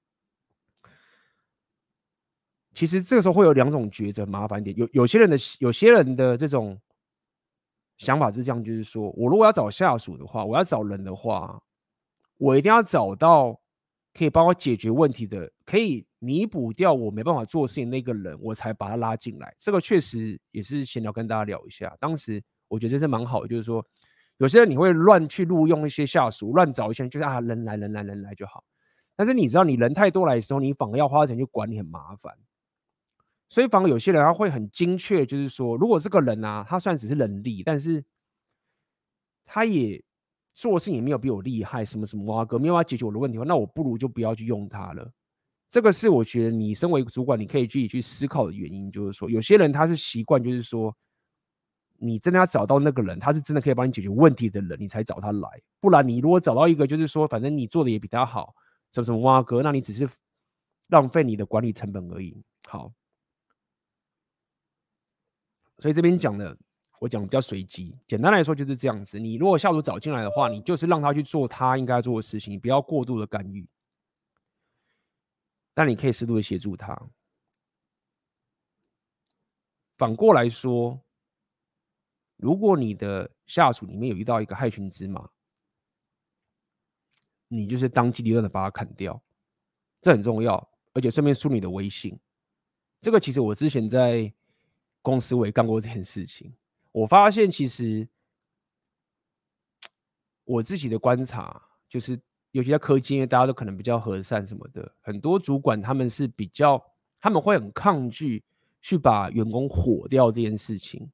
Speaker 1: 其实这个时候会有两种抉择，麻烦点。有些人的这种想法是这样，就是说我如果要找下属的话，我要找人的话，我一定要找到可以帮我解决问题的，可以弥补掉我没办法做事情那个人，我才把他拉进来。这个确实也是闲聊跟大家聊一下。当时我觉得这是蛮好的，就是说有些人你会乱去录用一些下属，乱找一些人，就是啊人来就好。但是你知道，你人太多来的时候，你反而要花钱去管理，很麻烦。所以反而有些人他会很精确，就是说，如果这个人啊，他虽然只是人力，但是他也做事情也没有比我厉害，什么什么啊，哥没有办法解决我的问题，那我不如就不要去用他了。 这个是我觉得你身为主管，你可以自己去思考的原因，就是说，有些人他是习惯，就是说，你真的要找到那个人，他是真的可以帮你解决问题的人，你才找他来。不然，你如果找到一个，就是说，反正你做的也比他好，什么什么挖哥，那你只是浪费你的管理成本而已。好，所以这边讲的，我讲的比较随机。简单来说就是这样子。你如果下属找进来的话，你就是让他去做他应该做的事情，你不要过度的干预，但你可以适度的协助他。反过来说，如果你的下属里面有遇到一个害群之马，你就是当机立断的把他砍掉，这很重要，而且顺便树你的威信。这个其实我之前在公司我也干过这件事情。我发现其实我自己的观察，就是尤其在科技，因为大家都可能比较和善什么的，很多主管他们是比较，他们会很抗拒去把员工火掉这件事情。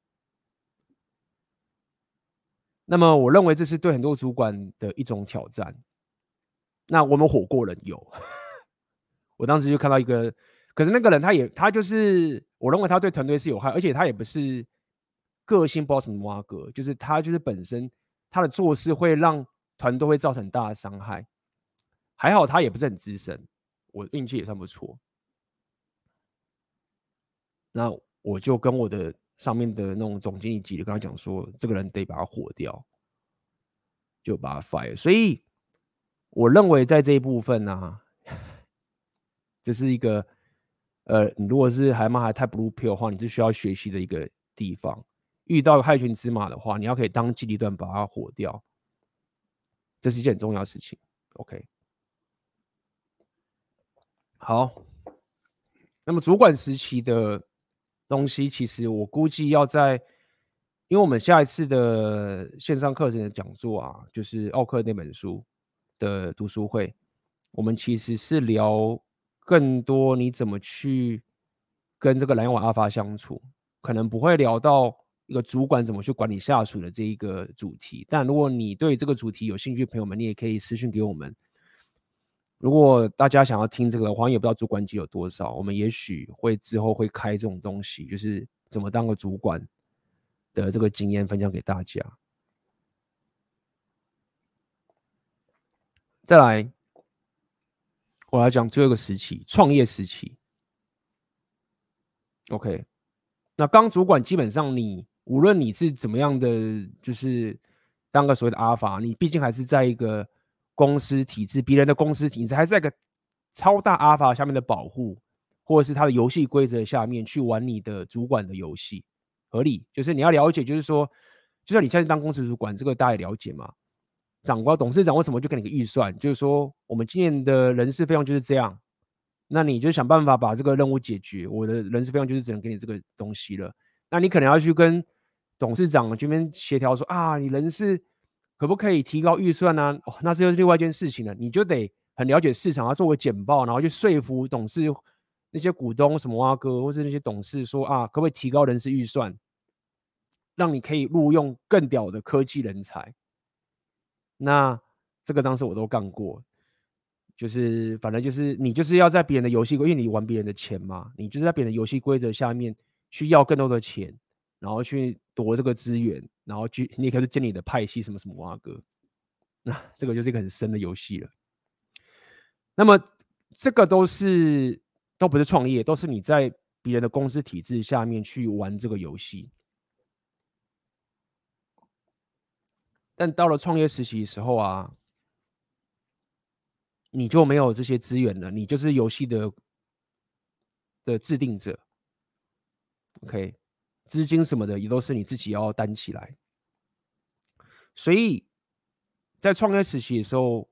Speaker 1: 那么我认为这是对很多主管的一种挑战。那我们火过人有，我当时就看到一个，可是那个人他就是我认为他对团队是有害，而且他也不是个性不知道什么挖哥，就是他就是本身他的做事会让团队会造成很大的伤害。还好他也不是很资深，我运气也算不错。那我就跟我的上面的那种总经理级的跟他讲说，这个人得把他火掉，就把他 fire。所以我认为在这一部分呢、这是一个你如果是还太 blue pill 的话，你是需要学习的一个地方。遇到害群之马的话，你要可以当机立断把它火掉，这是一件很重要的事情。OK， 好，那么主管时期的东西，其实我估计要在，因为我们下一次的线上课程的讲座啊，就是奥克那本书的读书会，我们其实是聊更多你怎么去跟这个蓝网阿发相处，可能不会聊到一个主管怎么去管理下属的这一个主题。但如果你对这个主题有兴趣的朋友们，你也可以私讯给我们。如果大家想要听这个的话，也不知道主管级有多少，我们也许会之后会开这种东西，就是怎么当个主管的这个经验分享给大家。再来，我来讲最后一个时期，创业时期。OK， 那刚主管基本上你无论你是怎么样的，就是当个所谓的阿法，你毕竟还是在一个公司体制，别人的公司体制还是在一个超大阿法下面的保护，或者是他的游戏规则下面去玩你的主管的游戏，合理。就是你要了解，就是说，就算你现在当公司主管，这个大家也了解嘛。长官、董事长为什么就给你个预算？就是说，我们今年的人事费用就是这样，那你就想办法把这个任务解决。我的人事费用就是只能给你这个东西了。那你可能要去跟董事长这边协调说啊，你人事可不可以提高预算呢、哦？那这就是另外一件事情了。你就得很了解市场，要做个简报，然后去说服董事那些股东什么阿哥，或是那些董事说啊，可不可以提高人事预算，让你可以录用更屌的科技人才？那这个当时我都干过，就是反正就是你就是要在别人的游戏规，因为你玩别人的钱嘛，你就是在别人的游戏规则下面去要更多的钱，然后去夺这个资源，然后去你也可以建你的派系什么什么哇哥，那这个就是一个很深的游戏了。那么这个都不是创业，都是你在别人的公司体制下面去玩这个游戏。但到了创业时期的时候啊，你就没有这些资源了，你就是游戏的制定者。OK， 资金什么的也都是你自己要担起来。所以在创业时期的时候，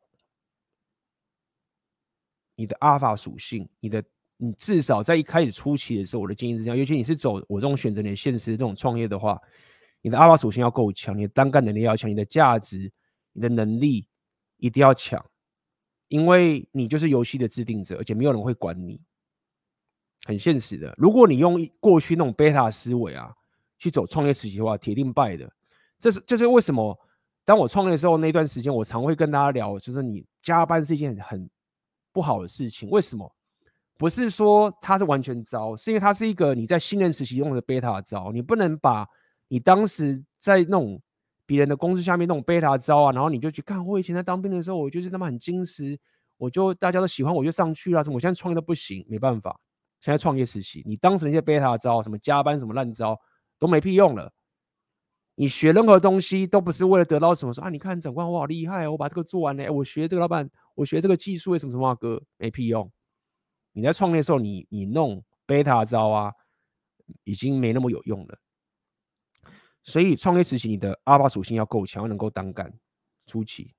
Speaker 1: 你的阿尔法属性，你至少在一开始初期的时候，我的建议是这样，尤其你是走我这种选择你的现实这种创业的话，你的阿尔法属性要够强，你的单干能力要强，你的价值、你的能力一定要强，因为你就是游戏的制定者，而且没有人会管你，很现实的。如果你用过去那种贝塔思维啊去走创业时期的话，铁定败的。就是为什么当我创业的时候那段时间，我常会跟大家聊，就是你加班是一件很不好的事情。为什么？ 不是说它是完全糟，是因为它是一个你在新人时期用的 beta 招，你不能把你当时在那种别人的公司下面那种 beta 招啊，然后你就去看，我以前在当兵的时候，我就是他妈很矜持，大家都喜欢我就上去了，什么我现在创业都不行，没办法。现在创业时期，你当时那些 beta 招，什么加班什么烂招都没屁用了。你学任何东西都不是为了得到什么，说啊，你看长官我好厉害哦，我把这个做完了，我学这个老板，我学这个技术，什么什么哥，没屁用。你在创业的时候，你弄 beta 招啊，已经没那么有用了。所以创业时期，你的 alpha 属性要够强，要能够单干初期。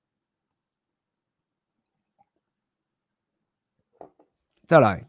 Speaker 1: 再来，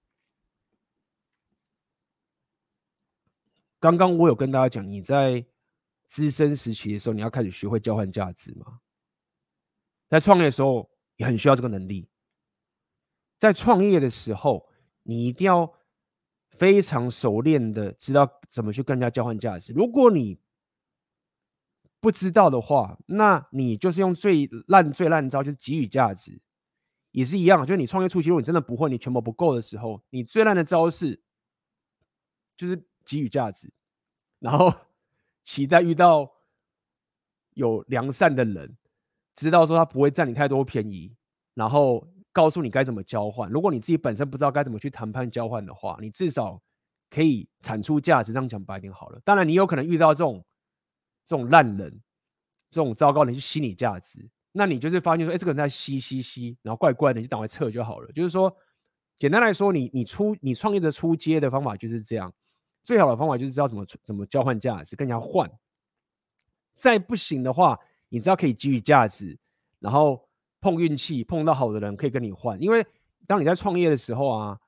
Speaker 1: 刚刚我有跟大家讲，你在资深时期的时候，你要开始学会交换价值嘛。在创业的时候，也很需要这个能力。在创业的时候，你一定要非常熟练的知道怎么去跟人家交换价值。如果你不知道的话，那你就是用最烂招，就是给予价值，也是一样。就是你创业初期，如果你真的不会，你钱包不够的时候，你最烂的招式就是给予价值，然后期待遇到有良善的人，知道说他不会占你太多便宜，然后告诉你该怎么交换。如果你自己本身不知道该怎么去谈判交换的话，你至少可以产出价值。这样讲白一点好了。当然，你有可能遇到这种烂人，这种糟糕的人去吸你价值，那你就是发现说，哎，这个人在吸，然后怪怪的，你就赶快撤就好了。就是说，简单来说，你创业的初阶的方法就是这样。最好的方法就是知道怎么交换价值，跟人家换。再不行的话，你知道可以给予价值，然后碰运气，碰到好的人可以跟你换。因为当你在创业的时候啊，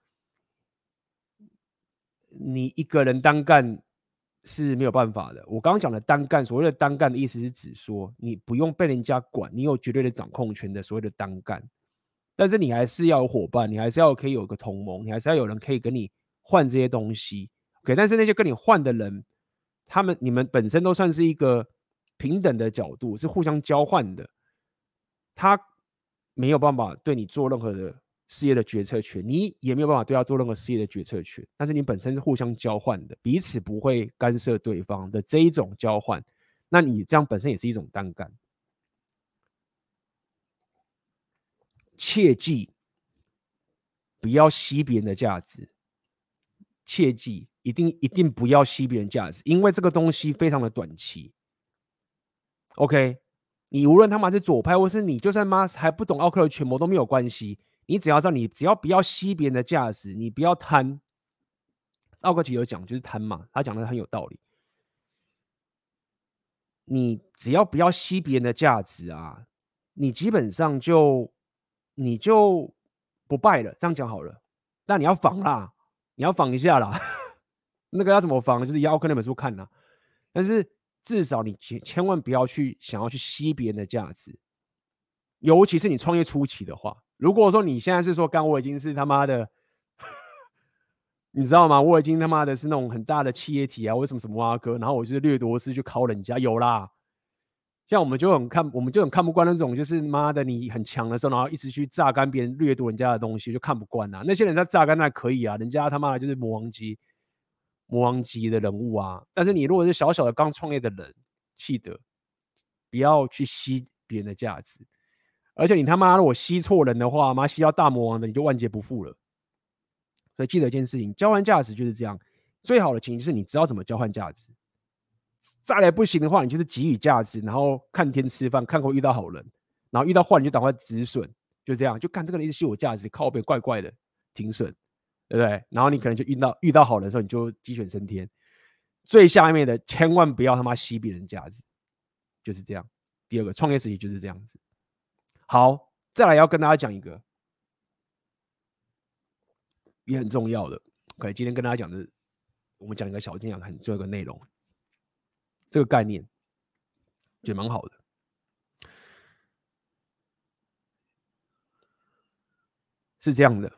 Speaker 1: 你一个人单干是没有办法的。我刚刚讲的单干，所谓的单干的意思是指说，你不用被人家管，你有绝对的掌控权的所谓的单干。但是你还是要有伙伴，你还是要可以有个同盟，你还是要有人可以跟你换这些东西。OK， 但是那些跟你换的人，你们本身都算是一个平等的角度，是互相交换的。他没有办法对你做任何的事业的决策权，你也没有办法对他做任何事业的决策权。但是你本身是互相交换的，彼此不会干涉对方的这一种交换，那你这样本身也是一种单干。切记不要吸别人的价值，切记一定不要吸别人价值，因为这个东西非常的短期。OK， 你无论他妈是左派，或是你就算妈还不懂奥克的权谋都没有关系，你只要知道，你只要不要吸别人的价值，你不要贪。奥克奇有讲就是贪嘛，他讲的很有道理。你只要不要吸别人的价值啊，你基本上你就不败了。这样讲好了，但你要防啦，你要防一下啦。那个要怎么防？就是要奥克那本书看啦。但是至少你千万不要想要去吸别人的价值，尤其是你创业初期的话。如果说你现在是说，我已经是他妈的，你知道吗？我已经他妈的是那种很大的企业体啊，或什么什么啊哥，然后我就是掠夺式去考人家，有啦。像我们就很看不惯那种，就是妈的你很强的时候，然后一直去榨干别人、掠夺人家的东西，就看不惯啊。那些人在榨干那可以啊，人家他妈的就是魔王级的人物啊。但是你如果是小小的刚创业的人，记得不要去吸别人的价值，而且你他妈如果吸错人的话，妈吸到大魔王的，你就万劫不复了。所以记得一件事情，交换价值就是这样。最好的情形就是你知道怎么交换价值。再来不行的话，你就是给予价值，然后看天吃饭，看会遇到好人，然后遇到坏人就赶快止损，就这样，就看这个人一直吸我价值，靠边怪怪的，停损，对不对？然后你可能就遇到好人的时候，你就鸡犬升天。最下面的千万不要他妈吸别人价值，就是这样。第二个创业时期就是这样子。好，再来要跟大家讲一个也很重要的，OK， 今天跟大家讲的，我们讲一个小精讲很重要的内容，这个概念觉得蛮好的。是这样的，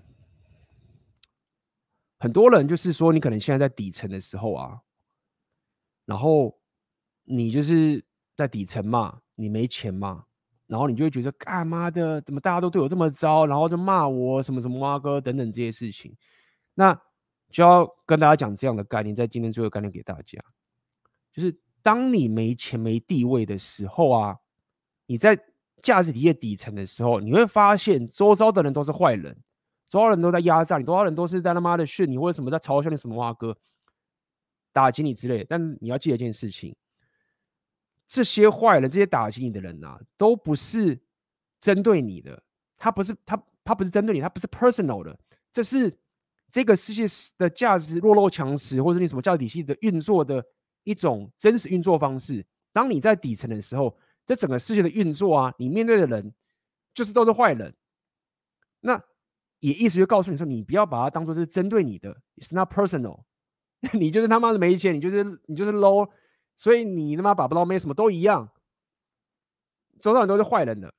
Speaker 1: 很多人就是说，你可能现在在底层的时候啊，然后你就是在底层嘛，你没钱嘛， 然后你就会觉得干妈的，怎么大家都对我这么糟，然后就骂我什么什么啊哥等等这些事情。那就要跟大家讲这样的概念，在今天最后概念给大家，就是当你没钱没地位的时候啊，你在价值体系底层的时候，你会发现周遭的人都是坏人，周遭人都在压榨你，周遭人都是在他妈的训你，或者什么在嘲笑你什么啊哥，打击你之类的。但你要记得一件事情，这些坏人、这些打击你的人啊，都不是针对你的，他不是针对你，他不是 personal 的，这是这个世界的价值弱肉强食，或者你什么价值体系的运作的一种真实运作方式。当你在底层的时候，这整个世界的运作啊，你面对的人就是都是坏人。那也意思就告诉你说，你不要把它当做是针对你的 ，it's not personal 你就是他妈的没钱，你就是 low，所以你他妈把不到妹什么都一样，周遭人都是坏人的。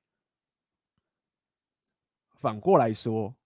Speaker 1: 反过来说，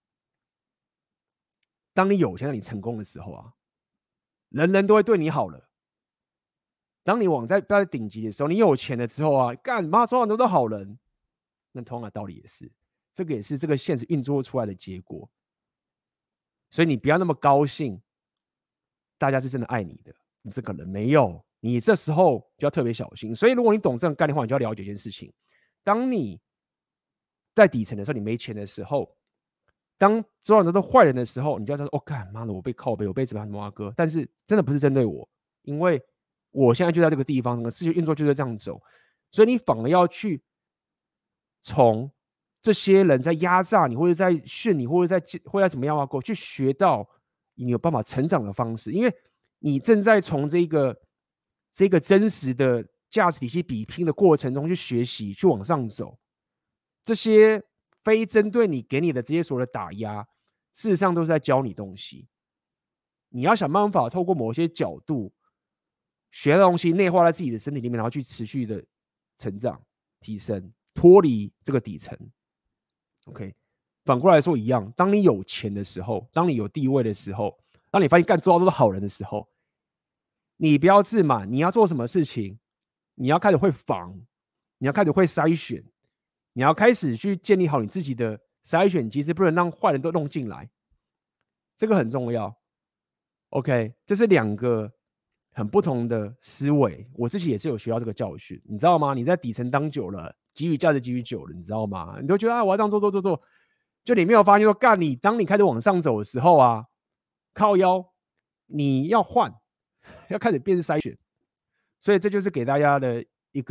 Speaker 1: 当你有钱、当你成功的时候啊，人人都会对你好了。当你在顶级的时候，你有钱的时候啊，干妈周遭人都是好人，那同样的道理也是，这个也是这个现实运作出来的结果。所以你不要那么高兴，大家是真的爱你的，你这个人没有，你这时候就要特别小心。所以如果你懂这种概念的话，你就要了解一件事情：当你在底层的时候，你没钱的时候，当周遭人都是坏人的时候，你就要知道，哦，干妈的，我被靠背，我被怎么样哥，但是真的不是针对我，因为我现在就在这个地方，整个世界运作就是这样走，所以你反而要去从这些人在压榨你，或者在训你，或者在怎么样啊，去学到你有办法成长的方式，因为你正在从这个真实的价值体系比拼的过程中去学习，去往上走。这些非针对你给你的这些所谓的打压，事实上都是在教你东西。你要想办法透过某些角度学的东西内化在自己的身体里面，然后去持续的成长、提升，脱离这个底层。OK，反过来说一样，当你有钱的时候，当你有地位的时候，当你发现干周遭都是好人的时候，你不要自满，你要做什么事情，你要开始会防，你要开始会筛选，你要开始去建立好你自己的筛选机制，不能让坏人都弄进来，这个很重要。OK，这是两个很不同的思维，我自己也是有学到这个教训，你知道吗？你在底层当久了，给予价值给予久了，你知道吗？你都觉得啊，我要这样做，就你没有发现说，干你当你开始往上走的时候啊，靠腰，你要换，要开始变筛选，所以这就是给大家的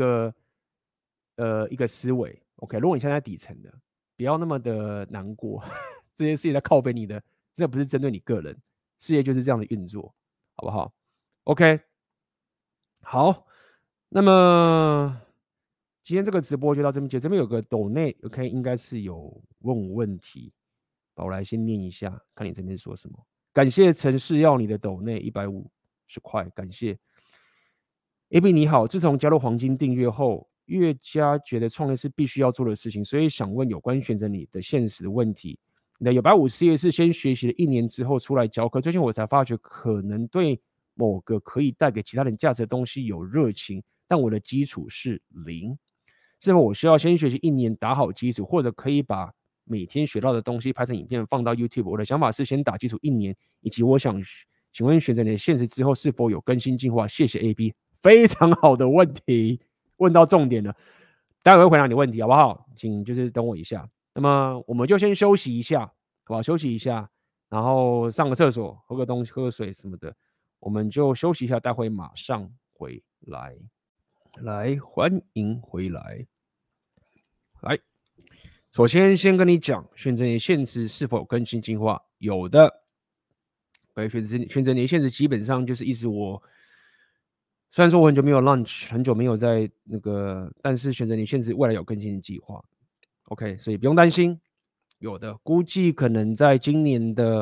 Speaker 1: 一个思维。OK，如果你现在底层的，不要那么的难过，这些事情在靠背你的，这不是针对你个人，事业就是这样的运作，好不好？OK，好，那么今天这个直播就到这边结束。这边有个抖内 ，OK， 应该是有问我问题，我来先念一下，看你这边说什么。感谢陈世耀你的抖内150块，感谢。AB 你好，自从加入黄金订阅后，越加觉得创业是必须要做的事情，所以想问有关选择你的现实的问题。你的有150页是先学习了1年之后出来教课，最近我才发觉可能对某个可以带给其他人价值的东西有热情，但我的基础是0，是否我需要先学习1年打好基础，或者可以把每天学到的东西拍成影片放到 YouTube？ 我的想法是先打基础1年，以及我想请问选择你的现实之后是否有更新进化？谢谢 AB。非常好的问题，问到重点了，待会会回答你问题，好不好？请就是等我一下。那么我们就先休息一下，好不好？休息一下，然后上个厕所，喝个东西，喝个水什么的，我们就休息一下，待会马上回来。来，欢迎回来。来，首先跟你讲，选择你的限制是否更新进化？有的。选择你的限制基本上就是意思我。虽然说我很久没有 launch， 很久没有在那个，但是选择你限制未来有更新的计划 ，OK， 所以不用担心，有的估计可能在今年的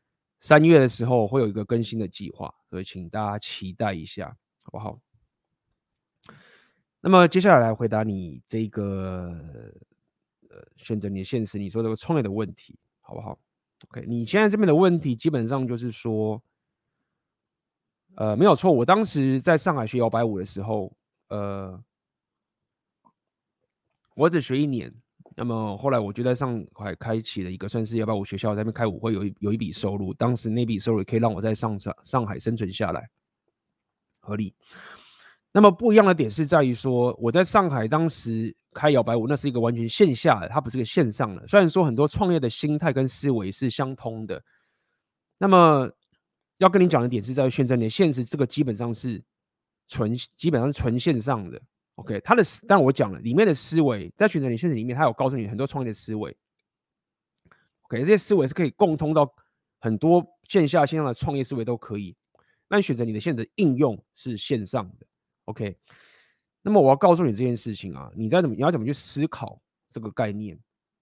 Speaker 1: 3月的时候会有一个更新的计划，所以请大家期待一下，好不好？那么接下来回答你这个选择你的现实，你说这个创业的问题，好不好 ？OK， 你现在这边的问题基本上就是说。没有错，我当时在上海学150的时候， 我只学1年，那么后来我就在上海开启了一个算是150学校，在那边开舞会有一笔收入，当时那笔收入也可以让我在上海生存下来，合理。那么不一样的点是在于说，我在上海当时开摇摆舞，那是一个完全线下的，它不是个线上的。虽然说很多创业的心态跟思维是相通的，那么要跟你讲的点是在于选择你的现实，这个基本上是纯线上的。OK，但我讲了，里面的思维在选择你现实里面，它有告诉你很多创业的思维。OK，这些思维是可以共通到很多线下、线上的创业思维都可以。那你选择你的现在的应用是线上的。OK，那么我要告诉你这件事情啊，你要怎么去思考这个概念？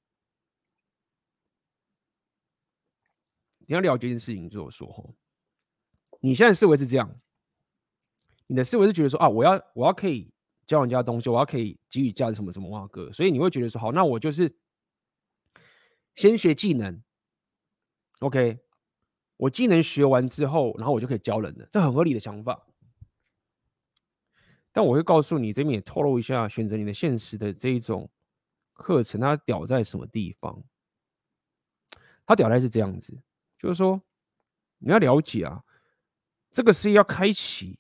Speaker 1: 你要了解一件事情，就是我说哈，你现在思维是这样，你的思维是觉得说啊，我要可以教人家东西，我要可以给予价值什么什么哇哥，所以你会觉得说好，那我就是先学技能，OK，我技能学完之后，然后我就可以教人了，这很合理的想法。但我会告诉你，这边也透露一下，选择你的现实的这一种课程，它屌在什么地方？它屌在是这样子，就是说你要了解啊，这个是要开启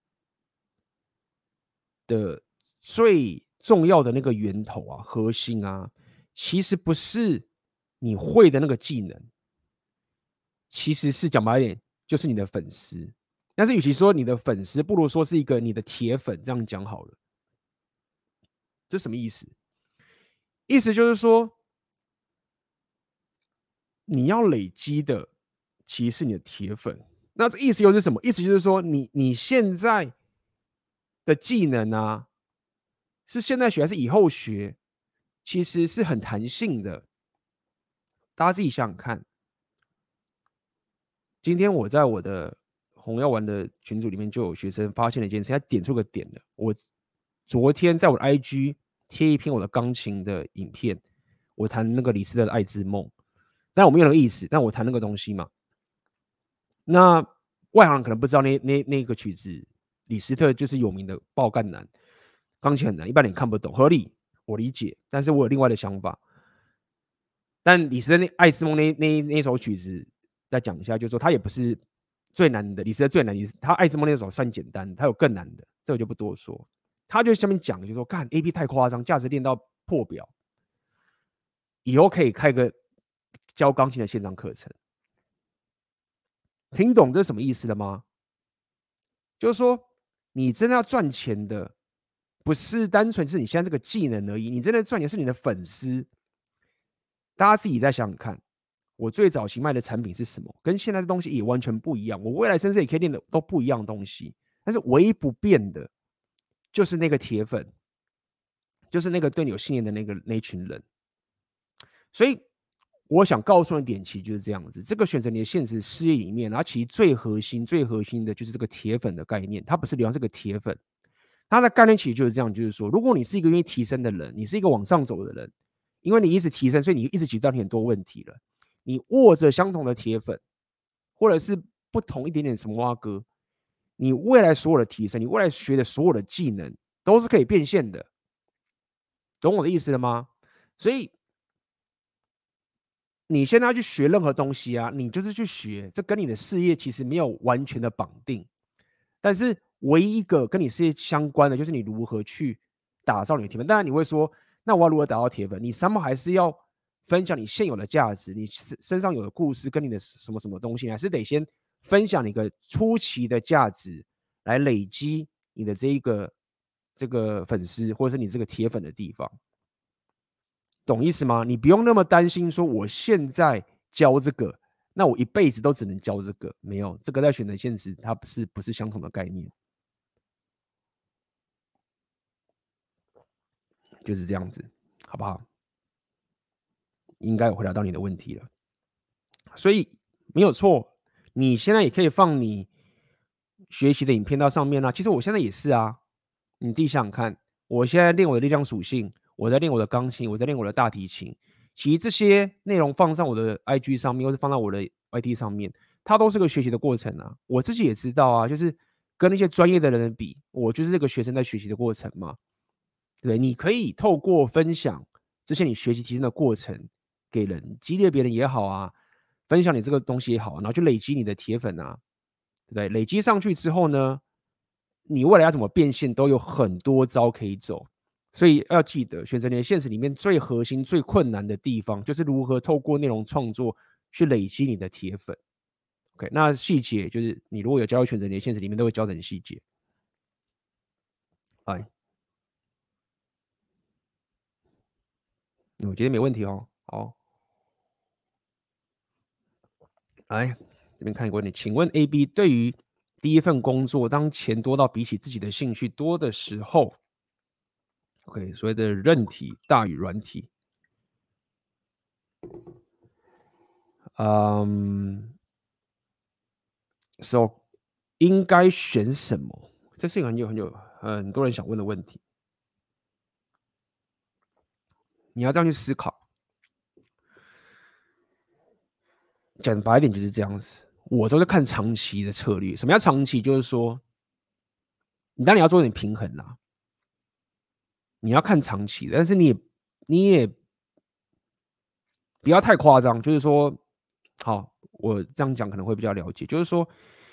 Speaker 1: 的最重要的那个源头啊，核心啊，其实不是你会的那个技能，其实是讲白一点，就是你的粉丝。但是与其说你的粉丝，不如说是一个你的铁粉，这样讲好了。这什么意思？意思就是说，你要累积的其实是你的铁粉。那这意思又是什么？意思就是说，你现在的技能啊，是现在学还是以后学，其实是很弹性的。大家自己想想看，今天我在我的红药丸的群组里面就有学生发现了一件事，他点出个点了。我昨天在我的 IG 贴一篇我的钢琴的影片，我弹那个李斯特的《爱之梦》，但我没有那个意思，但我弹那个东西嘛。那外行人可能不知道那个曲子，李斯特就是有名的爆干难，钢琴很难，一般人看不懂，合理，我理解，但是我有另外的想法。但李斯特《爱之梦》那首曲子，再讲一下，就是说它也不是最难的，李斯特最难的，他《爱之梦》那首算简单，他有更难的，这个就不多说。他就下面讲，就说看 A B 太夸张，价值练到破表，以后可以开个教钢琴的线上课程。听懂这是什么意思了吗？就是说，你真的要赚钱的，不是单纯是你现在这个技能而已，你真的赚钱是你的粉丝。大家自己再想想看，我最早期卖的产品是什么？跟现在的东西也完全不一样。我未来甚至也可以练的都不一样的东西，但是唯一不变的，就是那个铁粉，就是那个对你有信念的那一群人。所以我想告诉你的点，其实就是这样子。这个选择你的现实事业里面，它其实最核心、最核心的就是这个铁粉的概念。它不是流量，是个铁粉。它的概念其实就是这样，就是说，如果你是一个愿意提升的人，你是一个往上走的人，因为你一直提升，所以你一直解决到你很多问题了。你握着相同的铁粉，或者是不同一点点什么蛙哥，你未来所有的提升，你未来学的所有的技能，都是可以变现的。懂我的意思了吗？所以你现在要去学任何东西啊，你就是去学，这跟你的事业其实没有完全的绑定。但是唯一一个跟你事业相关的，就是你如何去打造你的铁粉。当然你会说，那我要如何打造铁粉？你什么还是要分享你现有的价值，你身上有的故事跟你的什么什么东西，还是得先分享你一个初期的价值，来累积你的这个粉丝，或者是你这个铁粉的地方。懂意思吗？你不用那么担心说我现在教这个，那我一辈子都只能教这个，没有，这个在选择现实，它不是相同的概念，就是这样子，好不好？应该有回答到你的问题了，所以没有错，你现在也可以放你学习的影片到上面啊。其实我现在也是啊，你自己想想看，我现在练我的力量属性，我在练我的钢琴，我在练我的大提琴。其实这些内容放上我的 IG 上面，或是放到我的 YT 上面，它都是个学习的过程啊。我自己也知道啊，就是跟那些专业的人比，我就是这个学生在学习的过程嘛。 对，你可以透过分享这些你学习提升的过程给人，激励别人也好啊，分享你这个东西也好，然后去累积你的铁粉啊，对不对？累积上去之后呢，你未来要怎么变现都有很多招可以走。所以要记得，选择你的现实里面最核心、最困难的地方，就是如何透过内容创作去累积你的铁粉。OK，那细节就是你如果有加入选择你的现实里面，都会教的很细节。哎，我觉得没问题哦。好，来这边看一个问题，请问 A、B 对于第一份工作，当钱多到比起自己的兴趣多的时候，OK，所谓的韧体大于软体，嗯，So 应该选什么？这是一个很多人想问的问题，你要这样去思考。讲白一点就是这样子，我都是看长期的策略。什么叫长期？就是说，你当然要做点平衡啦，你要看长期的，但是你也不要太夸张，就是说，好，我这样讲可能会比较了解，就是说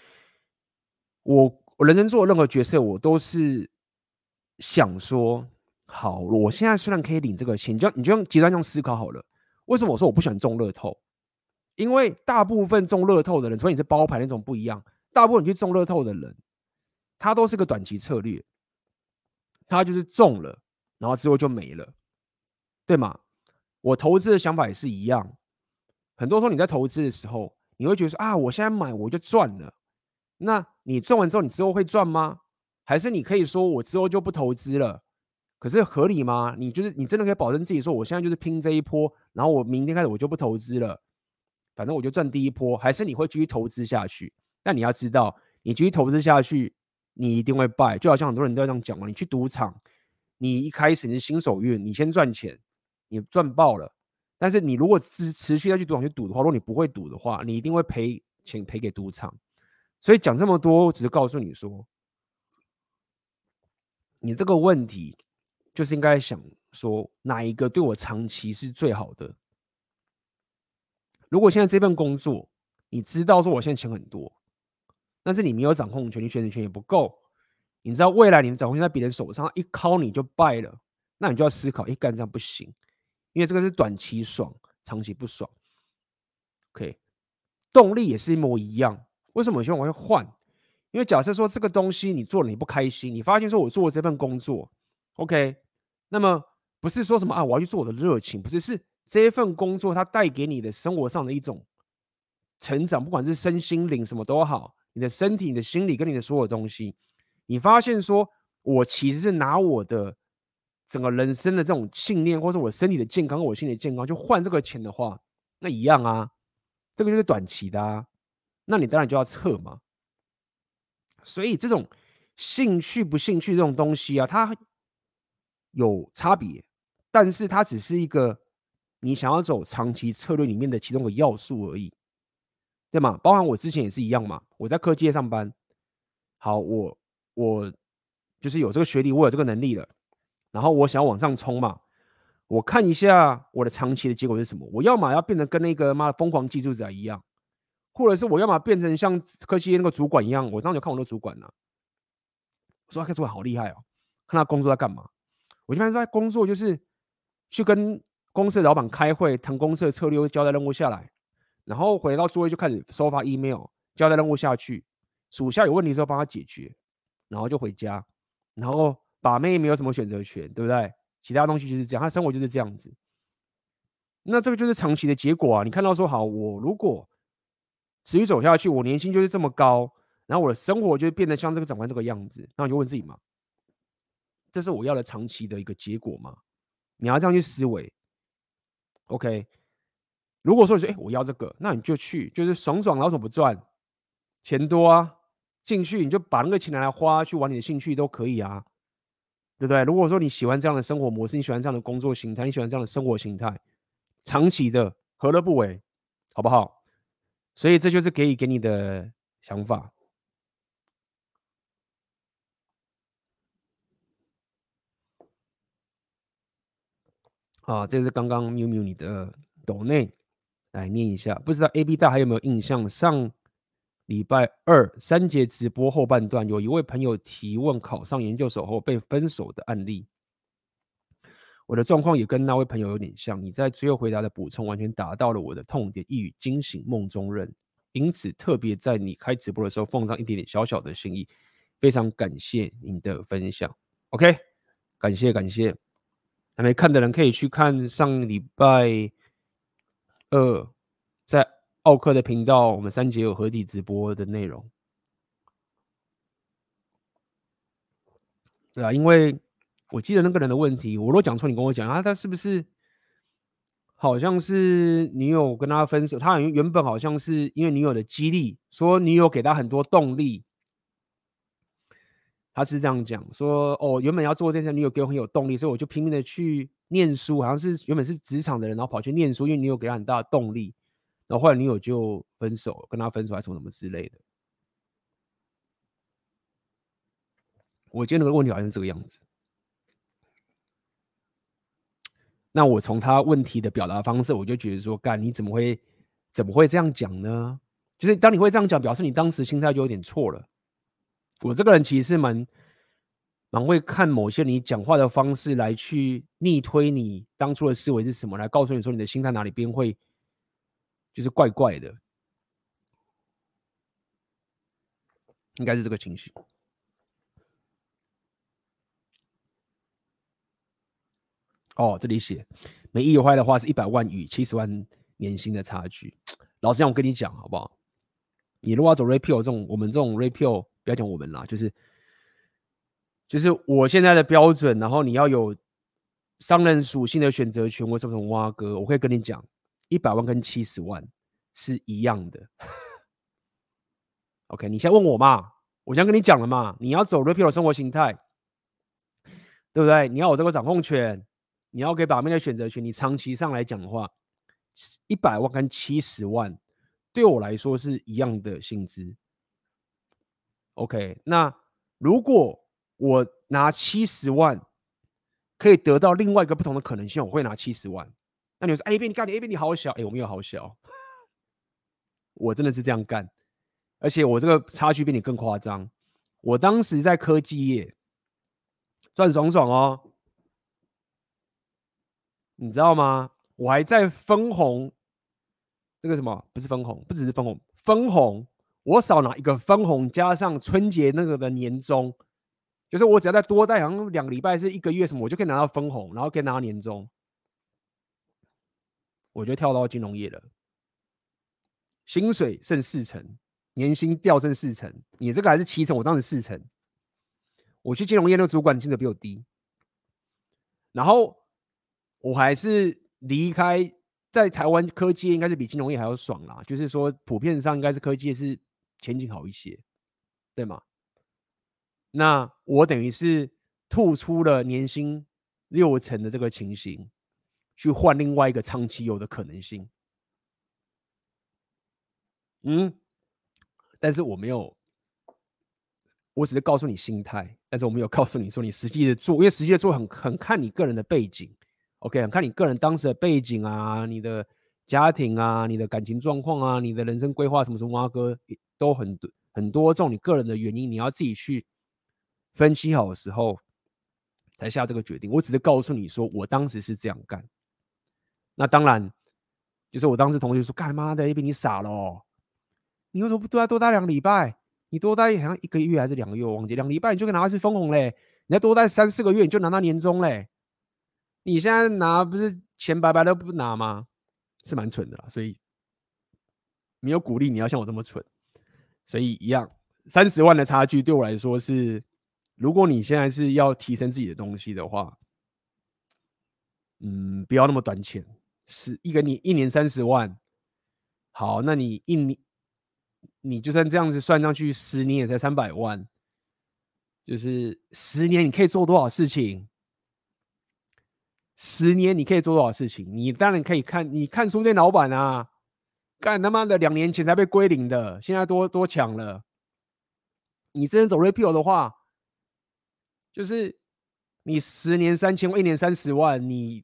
Speaker 1: 我人生做任何决策，我都是想说，好，我现在虽然可以领这个钱，你就用极端这样思考好了。为什么我说我不喜欢中乐透？因为大部分中乐透的人，除非你是包牌那种不一样，大部分你去中乐透的人，他都是个短期策略，他就是中了，然后之后就没了，对吗？我投资的想法也是一样，很多时候你在投资的时候，你会觉得说啊，我现在买我就赚了。那你赚完之后，你之后会赚吗？还是你可以说我之后就不投资了？可是合理吗？你真的可以保证自己说，我现在就是拼这一波，然后我明天开始我就不投资了，反正我就赚第一波。还是你会继续投资下去？但你要知道，你继续投资下去，你一定会败。就好像很多人都这样讲嘛，你去赌场，你一开始你是新手运，你先赚钱，你赚爆了。但是你如果持续再去赌场去赌的话，如果你不会赌的话，你一定会赔钱赔给赌场。所以讲这么多，我只是告诉你说，你这个问题就是应该想说哪一个对我长期是最好的。如果现在这份工作，你知道说我现在钱很多，但是你没有掌控权，你选择权也不够，你知道未来你的掌控权在别人手上，一敲你就败了，那你就要思考，干这样不行，因为这个是短期爽，长期不爽。OK，动力也是一模一样。为什么有些人我会换？因为假设说这个东西你做了你不开心，你发现说我做了这份工作，OK，那么不是说什么啊，我要去做我的热情，不是，是这一份工作它带给你的生活上的一种成长，不管是身心灵什么都好，你的身体、你的心理跟你的所有东西，你发现说我其实是拿我的整个人生的这种信念，或者我身体的健康、我心理的健康，就换这个钱的话，那一样啊，这个就是短期的啊，那你当然就要撤嘛。所以这种兴趣不兴趣这种东西啊，它有差别，但是它只是一个你想要走长期策略里面的其中一个要素而已，对吗？包含我之前也是一样嘛，我在科技业上班，好，我就是有这个学历，我有这个能力了，然后我想要往上冲嘛，我看一下我的长期的结果是什么，我要么要变成跟那个妈疯狂技术者一样，或者是我要么变成像科技业那个主管一样，我当时有看我那个主管呢、我说那个主管好厉害哦，看他工作在干嘛。我就发现说他工作就是去跟公司的老板开会，谈公司的策略，交代任务下来，然后回到座位就开始收发 email，交代任务下去，属下有问题的时候帮他解决，然后就回家，然后把妹没有什么选择权，对不对？其他东西就是这样，他生活就是这样子。那这个就是长期的结果啊！你看到说好，我如果持续走下去，我年薪就是这么高，然后我的生活就会变得像这个长官这个样子，那你就问自己嘛，这是我要的长期的一个结果吗？你要这样去思维，OK。如果说你说，我要这个，那你就去，就是爽爽，老手不赚，钱多啊，进去你就把那个钱拿来花，去玩你的兴趣都可以啊，对不对？如果说你喜欢这样的生活模式，你喜欢这样的工作形态，你喜欢这样的生活形态，长期的何乐不为，好不好？所以这就是可以给你的想法。 啊，这是刚刚喵喵你的抖内来念一下，不知道 AB 大还有没有印象？上礼拜二3节直播后半段，有一位朋友提问考上研究所后被分手的案例。我的状况也跟那位朋友有点像，你在最后回答的补充完全达到了我的痛点，一语惊醒梦中人。因此，特别在你开直播的时候奉上一点点小小的心意，非常感谢您的分享。OK，感谢感谢。还没看的人可以去看上礼拜二在奥克的频道，我们3节有合体直播的内容。对啊，因为我记得那个人的问题，我若讲错，你跟我讲啊，他是不是好像是女友跟他分手？他原本好像是因为女友的激励，说女友给他很多动力。他是这样讲说：“哦，原本要做这件事，女友给我很有动力，所以我就拼命的去念书。好像是原本是职场的人，然后跑去念书，因为女友给他很大的动力。然后后来女友就分手，跟他分手还是什么什么之类的。我觉得那个问题好像是这个样子。那我从他问题的表达方式，我就觉得说，干你怎么会这样讲呢？就是当你会这样讲，表示你当时心态就有点错了。我这个人其实是蛮会看某些你讲话的方式来去逆推你当初的思维是什么，来告诉你说你的心态哪里边会就是怪怪的，应该是这个情绪。哦，这里写没意外的话是100万与70万年薪的差距。老实讲，我跟你讲好不好？你如果要走 repeal 这种，我们这种 repeal 不要讲我们啦，就是我现在的标准，然后你要有商人属性的选择权或什么挖哥，我可以跟你讲，100万跟70万是一样的。OK，你先问我嘛，我先跟你讲了嘛，你要走 repeal 的生活形态，对不对？你要有这个掌控权，你要给把妹的选择权，你长期上来讲的话，100万跟70万对我来说是一样的薪资。OK，那如果我拿70万可以得到另外一个不同的可能性，我会拿70万。那你说，哎，你干你 A B 你好小，哎，我没有好小，我真的是这样干，而且我这个差距比你更夸张。我当时在科技业赚爽爽哦，你知道吗？我还在分红，那个什么不是分红，不只是分红，分红我少拿一个分红，加上春节那个的年终，就是我只要再多待好像2个礼拜是1个月什么，我就可以拿到分红，然后可以拿到年终，我就跳到金融业了。薪水剩40%，年薪掉剩40%，你这个还是7成，我当时40%。我去金融业那个主管薪水比我低，然后我还是离开，在台湾科技业应该是比金融业还要爽啦，就是说普遍上应该是科技业是前景好一些，对吗？那我等于是吐出了年薪60%的这个情形，去换另外一个长期有的可能性。嗯，但是我没有，我只是告诉你心态，但是我没有告诉你说你实际的做，因为实际的做很看你个人的背景，OK，很看你个人当时的背景啊，你的家庭啊，你的感情状况啊，你的人生规划什么什么啊哥，都很多这种你个人的原因，你要自己去分析好的时候才下这个决定。我只是告诉你说我当时是这样干。那当然，就是我当时同学说：“干妈的，A B 你傻了哦，你为什么不多待2个礼拜？你多待好像1个月还是2个月，我忘记2个礼拜你就可以拿到一次分红嘞。你要多待3、4个月，你就拿到年终嘞。你现在拿不是钱白白的不拿吗？是蛮蠢的啦，所以没有鼓励你要像我这么蠢。所以一样，30万的差距对我来说是，如果你现在是要提升自己的东西的话，不要那么短浅，你一年30万，好，那你就算这样子算上去10年也才300万，就是10年你可以做多少事情？10年你可以做多少事情？你当然可以你看书店老板啊，干他妈的2年前才被归零的，现在多强了。你真的走 repeal 的话，就是你10年3000万，1年30万，你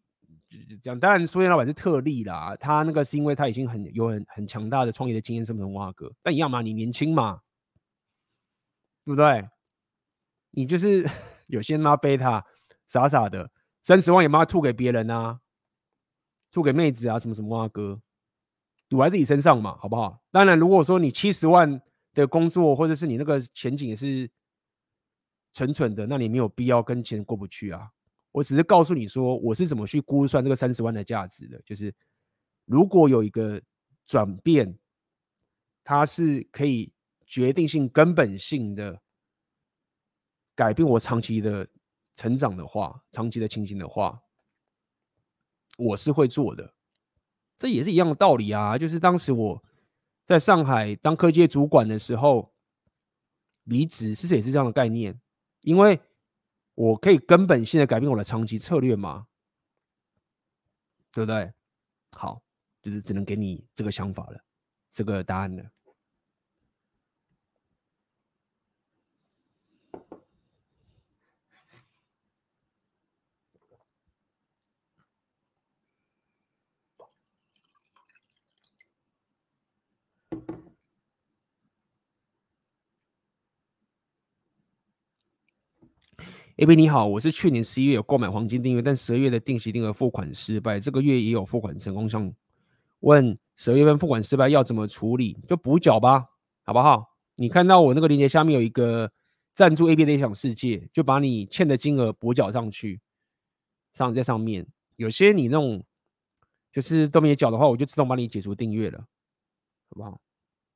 Speaker 1: 这样。当然，书店老板是特例啦，他那个是因为他已经有很强大的创业的经验，什么挖哥，但一样嘛，你年轻嘛，对不对？你就是有些妈贝塔傻傻的30万也妈吐给别人啊，吐给妹子啊，什么什么挖哥，赌在自己身上嘛，好不好？当然，如果说你70万的工作，或者是你那个前景也是蠢蠢的，那你没有必要跟钱过不去啊。我只是告诉你说，我是怎么去估算这个30万的价值的，就是如果有一个转变，它是可以决定性、根本性的改变我长期的成长的话，长期的情形的话，我是会做的。这也是一样的道理啊，就是当时我在上海当科技主管的时候，离职其实也是这样的概念，因为我可以根本性的改变我的长期策略嘛，对不对？好，就是只能给你这个想法了，这个答案了。AB 你好，我是去年11月有购买黄金订阅，但12月的定期定额付款失败，这个月也有付款成功，想问12月份付款失败要怎么处理？就补缴吧，好不好？你看到我那个链接下面有一个赞助 AB 的理想世界，就把你欠的金额补缴上去，在上面。有些你那种就是都没缴的话，我就自动帮你解除订阅了，好不好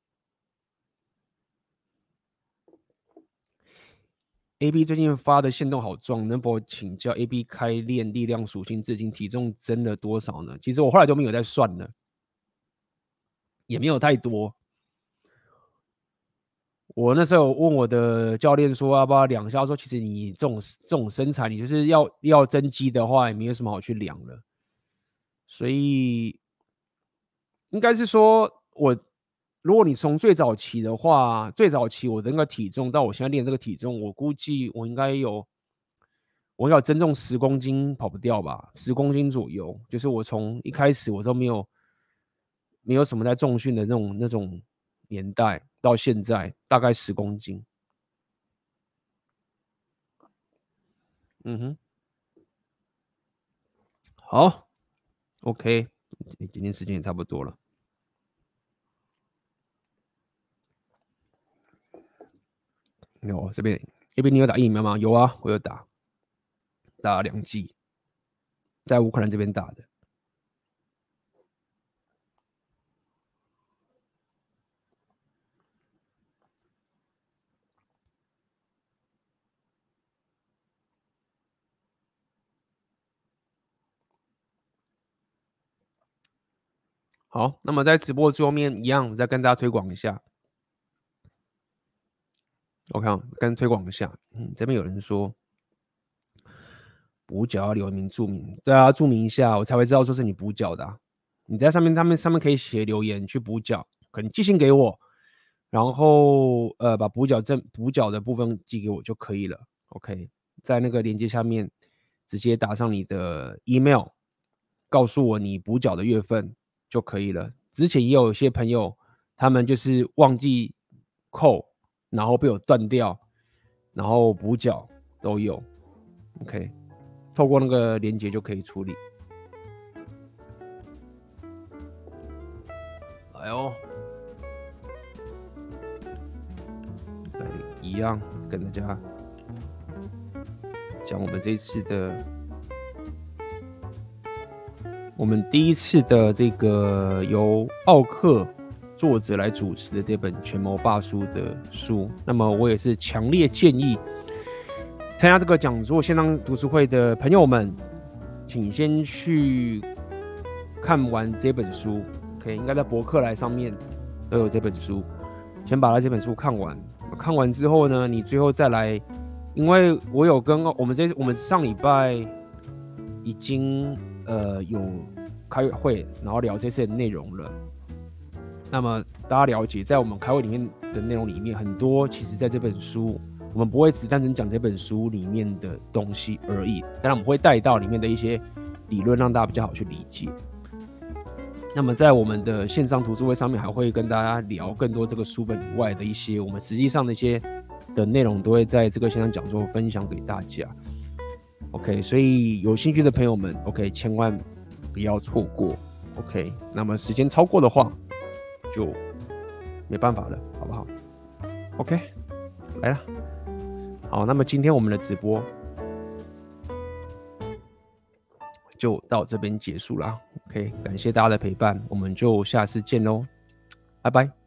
Speaker 1: ？AB 最近发的限动好壮，能否请教 AB 开练力量属性至今体重增了多少呢？其实我后来就没有再算了，也没有太多。我那时候问我的教练说要不要量一下，说其实你这种身材，你就是要增肌的话，也没有什么好去量了。所以应该是说如果你从最早期的话，最早期我的那个体重到我现在练这个体重，我估计我应该有增重10公斤跑不掉吧，10公斤左右。就是我从一开始我都没有什么在重训的那种年代，到现在大概10公斤。嗯哼，好，OK，今天时间也差不多了。有这边你有打疫苗吗？有啊，我有打了2剂，在乌克兰这边打的。好，那么在直播桌面一样，再跟大家推广一下。OK，跟推广一下。这边有人说补缴要留名注明，对啊，注明一下，我才会知道说是你补缴的啊。你在上面，他们上面可以写留言去补缴，可能寄信给我，然后把补缴的部分寄给我就可以了。OK，在那个链接下面直接打上你的 email，告诉我你补缴的月份就可以了。之前也有一些朋友，他们就是忘记扣，然后被我断掉，然后补缴都有。OK，透过那个连结就可以处理。哎呦，一样跟大家讲我们这一次的，我们第一次的这个由奥克作者来主持的这本《权谋霸书》的书。那么我也是强烈建议参加这个讲座线上读书会的朋友们，请先去看完这本书。OK， 应该在博客来上面都有这本书，先把这本书看完。看完之后呢，你最后再来，因为我有跟我们上礼拜已经有开会，然后聊这次的内容了。那么大家了解，在我们开会里面的内容里面，很多其实在这本书，我们不会只单纯讲这本书里面的东西而已，当然我们会带到里面的一些理论，让大家比较好去理解。那么在我们的线上读书会上面，还会跟大家聊更多这个书本以外的一些我们实际上的一些的内容，都会在这个线上讲座分享给大家。OK， 所以有兴趣的朋友们 ，OK， 千万不要错过。OK， 那么时间超过的话，就没办法了，好不好 ？OK， 来了。好，那么今天我们的直播就到这边结束了。OK， 感谢大家的陪伴，我们就下次见喽，拜拜。